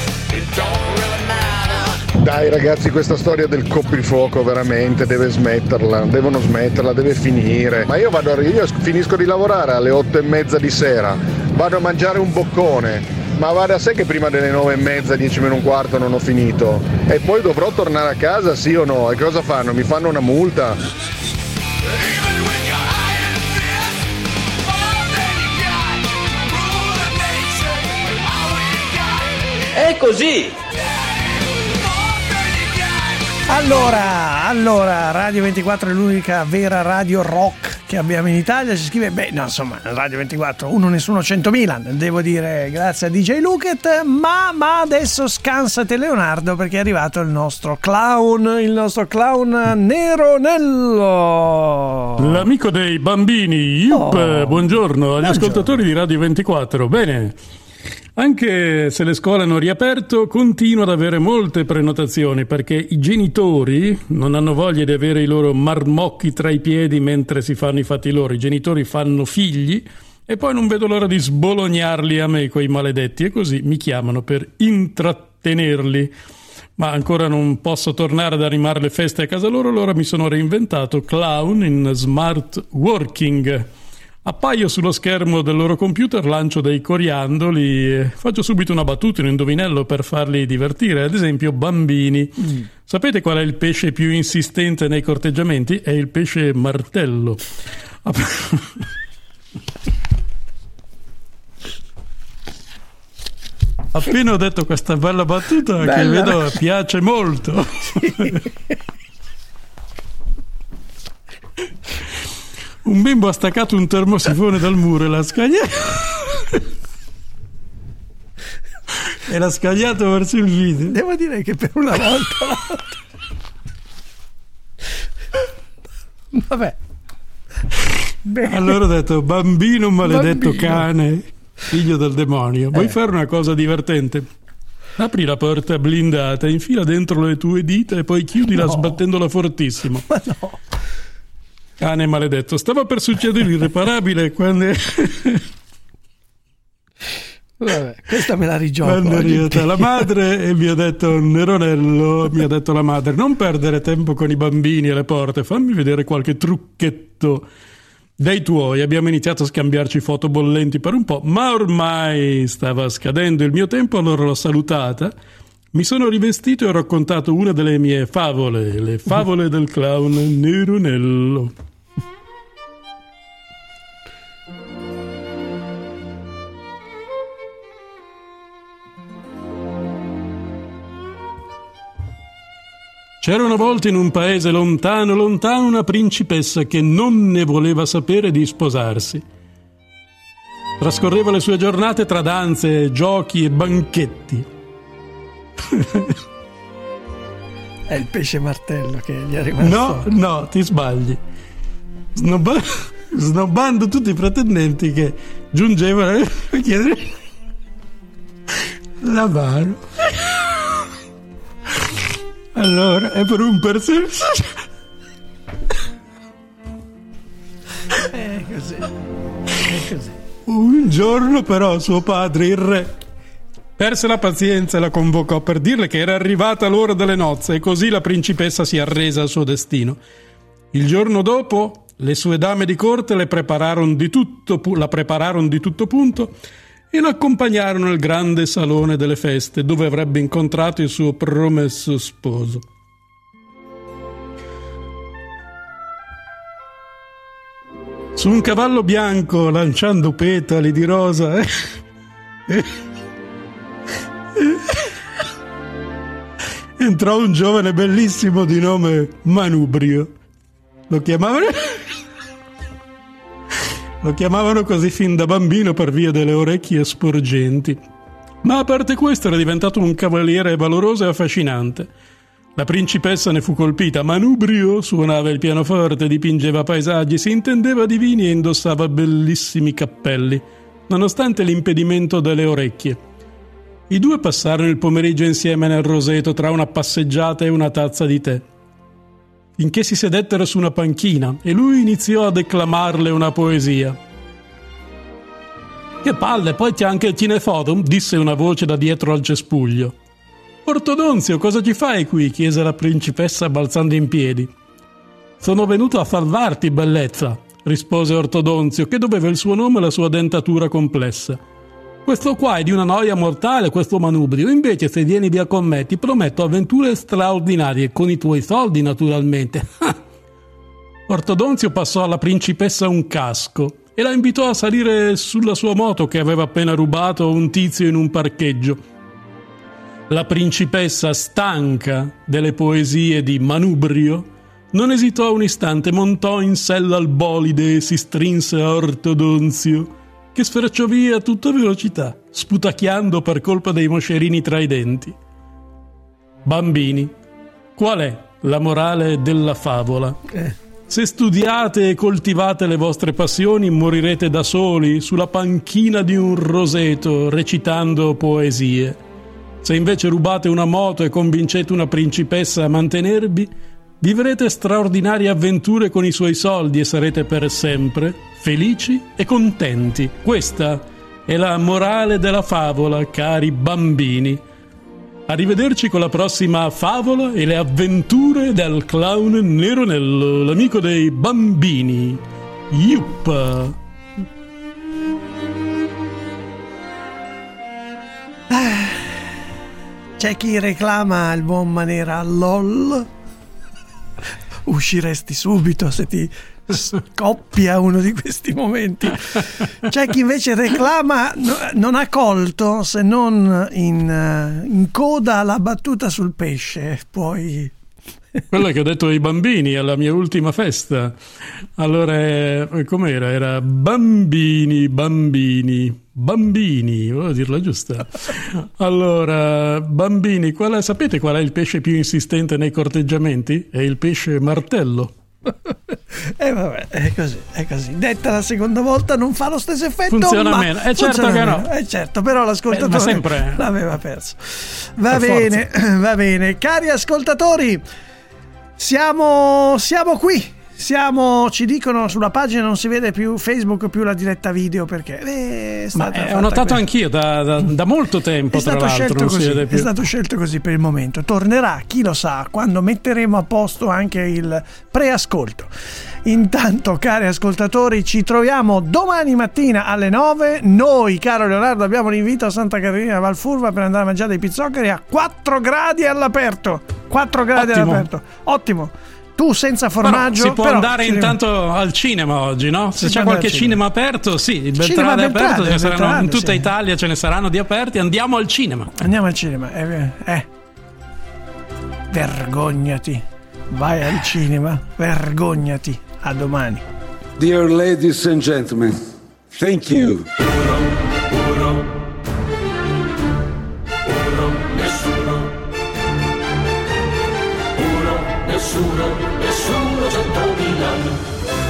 Speaker 10: Dai ragazzi, questa storia del coprifuoco veramente deve smetterla, devono smetterla, deve finire. Ma io vado, io finisco di lavorare alle otto e mezza di sera, vado a mangiare un boccone, ma va da sé che prima delle nove e mezza, dieci meno un quarto non ho finito, e poi dovrò tornare a casa, sì o no? E cosa fanno? Mi fanno una multa?
Speaker 15: È così.
Speaker 4: Allora, allora, Radio ventiquattro è l'unica vera radio rock che abbiamo in Italia. Si scrive, beh, no, insomma, Radio ventiquattro, uno nessuno, cento Milan. Devo dire grazie a D J Luket, ma, ma adesso scansate Leonardo, perché è arrivato il nostro clown, il nostro clown Nero Nello.
Speaker 24: L'amico dei bambini, Yup, oh. Buongiorno agli
Speaker 4: Buongiorno.
Speaker 24: ascoltatori di Radio ventiquattro. Bene. Anche se le scuole hanno riaperto, continuo ad avere molte prenotazioni perché i genitori non hanno voglia di avere i loro marmocchi tra i piedi mentre si fanno i fatti loro. I genitori fanno figli e poi non vedo l'ora di sbolognarli a me, quei maledetti, e così mi chiamano per intrattenerli. Ma ancora non posso tornare ad animare le feste a casa loro, allora mi sono reinventato clown in smart working. Appaio sullo schermo del loro computer, lancio dei coriandoli e faccio subito una battuta, un indovinello per farli divertire. Ad esempio, bambini. Mm. Sapete qual è il pesce più insistente nei corteggiamenti? È il pesce martello. Appena ho detto questa bella battuta, bella, che vedo piace molto. Sì. bimbo ha staccato un termosifone dal muro e l'ha scagliato e l'ha scagliato verso il video.
Speaker 4: Devo dire che per una volta vabbè. Bene.
Speaker 24: Allora ho detto: bambino maledetto,
Speaker 4: Bambino.
Speaker 24: cane, figlio del demonio, vuoi
Speaker 4: Eh.
Speaker 24: fare una cosa divertente? Apri la porta blindata, infila dentro le tue dita e poi chiudila
Speaker 4: No.
Speaker 24: sbattendola fortissimo.
Speaker 4: Ma no.
Speaker 24: Cane maledetto, stava per succedere l'irreparabile quando
Speaker 4: Vabbè, questa me la rigioco.
Speaker 24: quando è
Speaker 4: oggi.
Speaker 24: arrivata la madre e mi ha detto: Neronello, mi ha detto la madre, non perdere tempo con i bambini e le porte, fammi vedere qualche trucchetto dei tuoi. Abbiamo iniziato a scambiarci foto bollenti per un po', ma ormai stava scadendo il mio tempo, allora l'ho salutata, mi sono rivestito e ho raccontato una delle mie favole, le favole del clown Neronello. C'era una volta in un paese lontano, lontano, una principessa che non ne voleva sapere di sposarsi. Trascorreva le sue giornate tra danze, giochi e banchetti.
Speaker 4: È il pesce martello che gli è rimasto.
Speaker 24: No, no, ti sbagli. Snobba- snobbando tutti i pretendenti che giungevano a chiedere la mano. Allora, è per un personaggio.
Speaker 4: È così. È così.
Speaker 24: Un giorno però suo padre, il re, perse la pazienza e la convocò per dirle che era arrivata l'ora delle nozze e così la principessa si arrese al suo destino. Il giorno dopo le sue dame di corte le prepararono di tutto, pu- la prepararono di tutto punto e l'accompagnarono nel grande salone delle feste dove avrebbe incontrato il suo promesso sposo. Su un cavallo bianco, lanciando petali di rosa, eh, eh, eh, entrò un giovane bellissimo di nome Manubrio. Lo chiamavano Lo chiamavano così fin da bambino per via delle orecchie sporgenti. Ma a parte questo era diventato un cavaliere valoroso e affascinante. La principessa ne fu colpita. Manubrio suonava il pianoforte, dipingeva paesaggi, si intendeva di vini e indossava bellissimi cappelli, nonostante l'impedimento delle orecchie. I due passarono il pomeriggio insieme nel roseto tra una passeggiata e una tazza di tè, finché si sedettero su una panchina e lui iniziò a declamarle una poesia. «Che palle, poi c'è anche il cineforum», disse una voce da dietro al cespuglio. «Ortodonzio, cosa ci fai qui?» chiese la principessa balzando in piedi. «Sono venuto a salvarti, bellezza», rispose Ortodonzio, che doveva il suo nome alla sua dentatura complessa. «Questo qua è di una noia mortale, questo Manubrio. Invece, se vieni via con me, ti prometto avventure straordinarie, con i tuoi soldi, naturalmente». Ortodonzio passò alla principessa un casco e la invitò a salire sulla sua moto che aveva appena rubato a un tizio in un parcheggio. La principessa, stanca delle poesie di Manubrio, non esitò un istante, montò in sella al bolide e si strinse a Ortodonzio, che sfrecciò via a tutta velocità, sputacchiando per colpa dei moscerini tra i denti. Bambini, qual è la morale della favola?
Speaker 4: Eh.
Speaker 24: Se studiate e coltivate le vostre passioni, morirete da soli sulla panchina di un roseto recitando poesie. Se invece rubate una moto e convincete una principessa a mantenervi, vivrete straordinarie avventure con i suoi soldi e sarete per sempre felici e contenti. Questa è la morale della favola, cari bambini. Arrivederci con la prossima favola e le avventure del clown Neronello, l'amico dei bambini. Yuppa!
Speaker 4: C'è chi reclama il buon Manera LOL. Usciresti subito se ti scoppia uno di questi momenti. C'è chi invece reclama, no, non ha colto se non in, in coda la battuta sul pesce. Poi
Speaker 24: Quello che ho detto ai bambini alla mia ultima festa. Allora, eh, com'era? Era bambini, bambini, bambini, volevo dirla giusta. Allora, bambini, qual è, sapete qual è il pesce più insistente nei corteggiamenti? È il pesce martello.
Speaker 4: E eh vabbè, è così, è così. Detta la seconda volta non fa lo stesso effetto.
Speaker 24: Funziona
Speaker 4: ma
Speaker 24: meno, è certo che
Speaker 4: meno.
Speaker 24: no.
Speaker 4: È certo, però l'ascoltatore
Speaker 24: eh, sempre...
Speaker 4: l'aveva perso. Va
Speaker 24: per
Speaker 4: bene,
Speaker 24: forza.
Speaker 4: Va bene. Cari ascoltatori, siamo, siamo qui. Siamo, ci dicono sulla pagina non si vede più Facebook più la diretta video perché è stata
Speaker 24: Ma eh, ho notato
Speaker 4: questa.
Speaker 24: anch'io da, da, da molto tempo,
Speaker 4: È
Speaker 24: tra
Speaker 4: stato,
Speaker 24: l'altro
Speaker 4: scelto
Speaker 24: non si
Speaker 4: così,
Speaker 24: vede più.
Speaker 4: è stato scelto così per il momento. Tornerà, chi lo sa, quando metteremo a posto anche il preascolto. Intanto, cari ascoltatori, ci troviamo domani mattina alle nove. Noi, caro Leonardo, abbiamo l'invito a Santa Caterina Valfurva per andare a mangiare dei pizzoccheri a quattro gradi all'aperto. quattro gradi
Speaker 24: Ottimo.
Speaker 4: all'aperto. Ottimo. Tu senza formaggio.
Speaker 24: Però si può
Speaker 4: però
Speaker 24: andare
Speaker 4: ci
Speaker 24: intanto al cinema oggi, no? Se
Speaker 4: Si
Speaker 24: c'è
Speaker 4: può
Speaker 24: qualche
Speaker 4: andare al
Speaker 24: cinema aperto, sì, il
Speaker 4: Cinema
Speaker 24: Beltrade è aperto,
Speaker 4: Beltrade,
Speaker 24: ce ne saranno,
Speaker 4: Beltrade,
Speaker 24: in tutta
Speaker 4: sì.
Speaker 24: Italia ce ne saranno di aperti, andiamo al cinema.
Speaker 4: Andiamo al cinema, eh, eh. Vergognati. Vai al cinema, vergognati. A domani.
Speaker 1: Dear ladies and gentlemen, thank you.
Speaker 22: Nessuno, nessuno, centomila.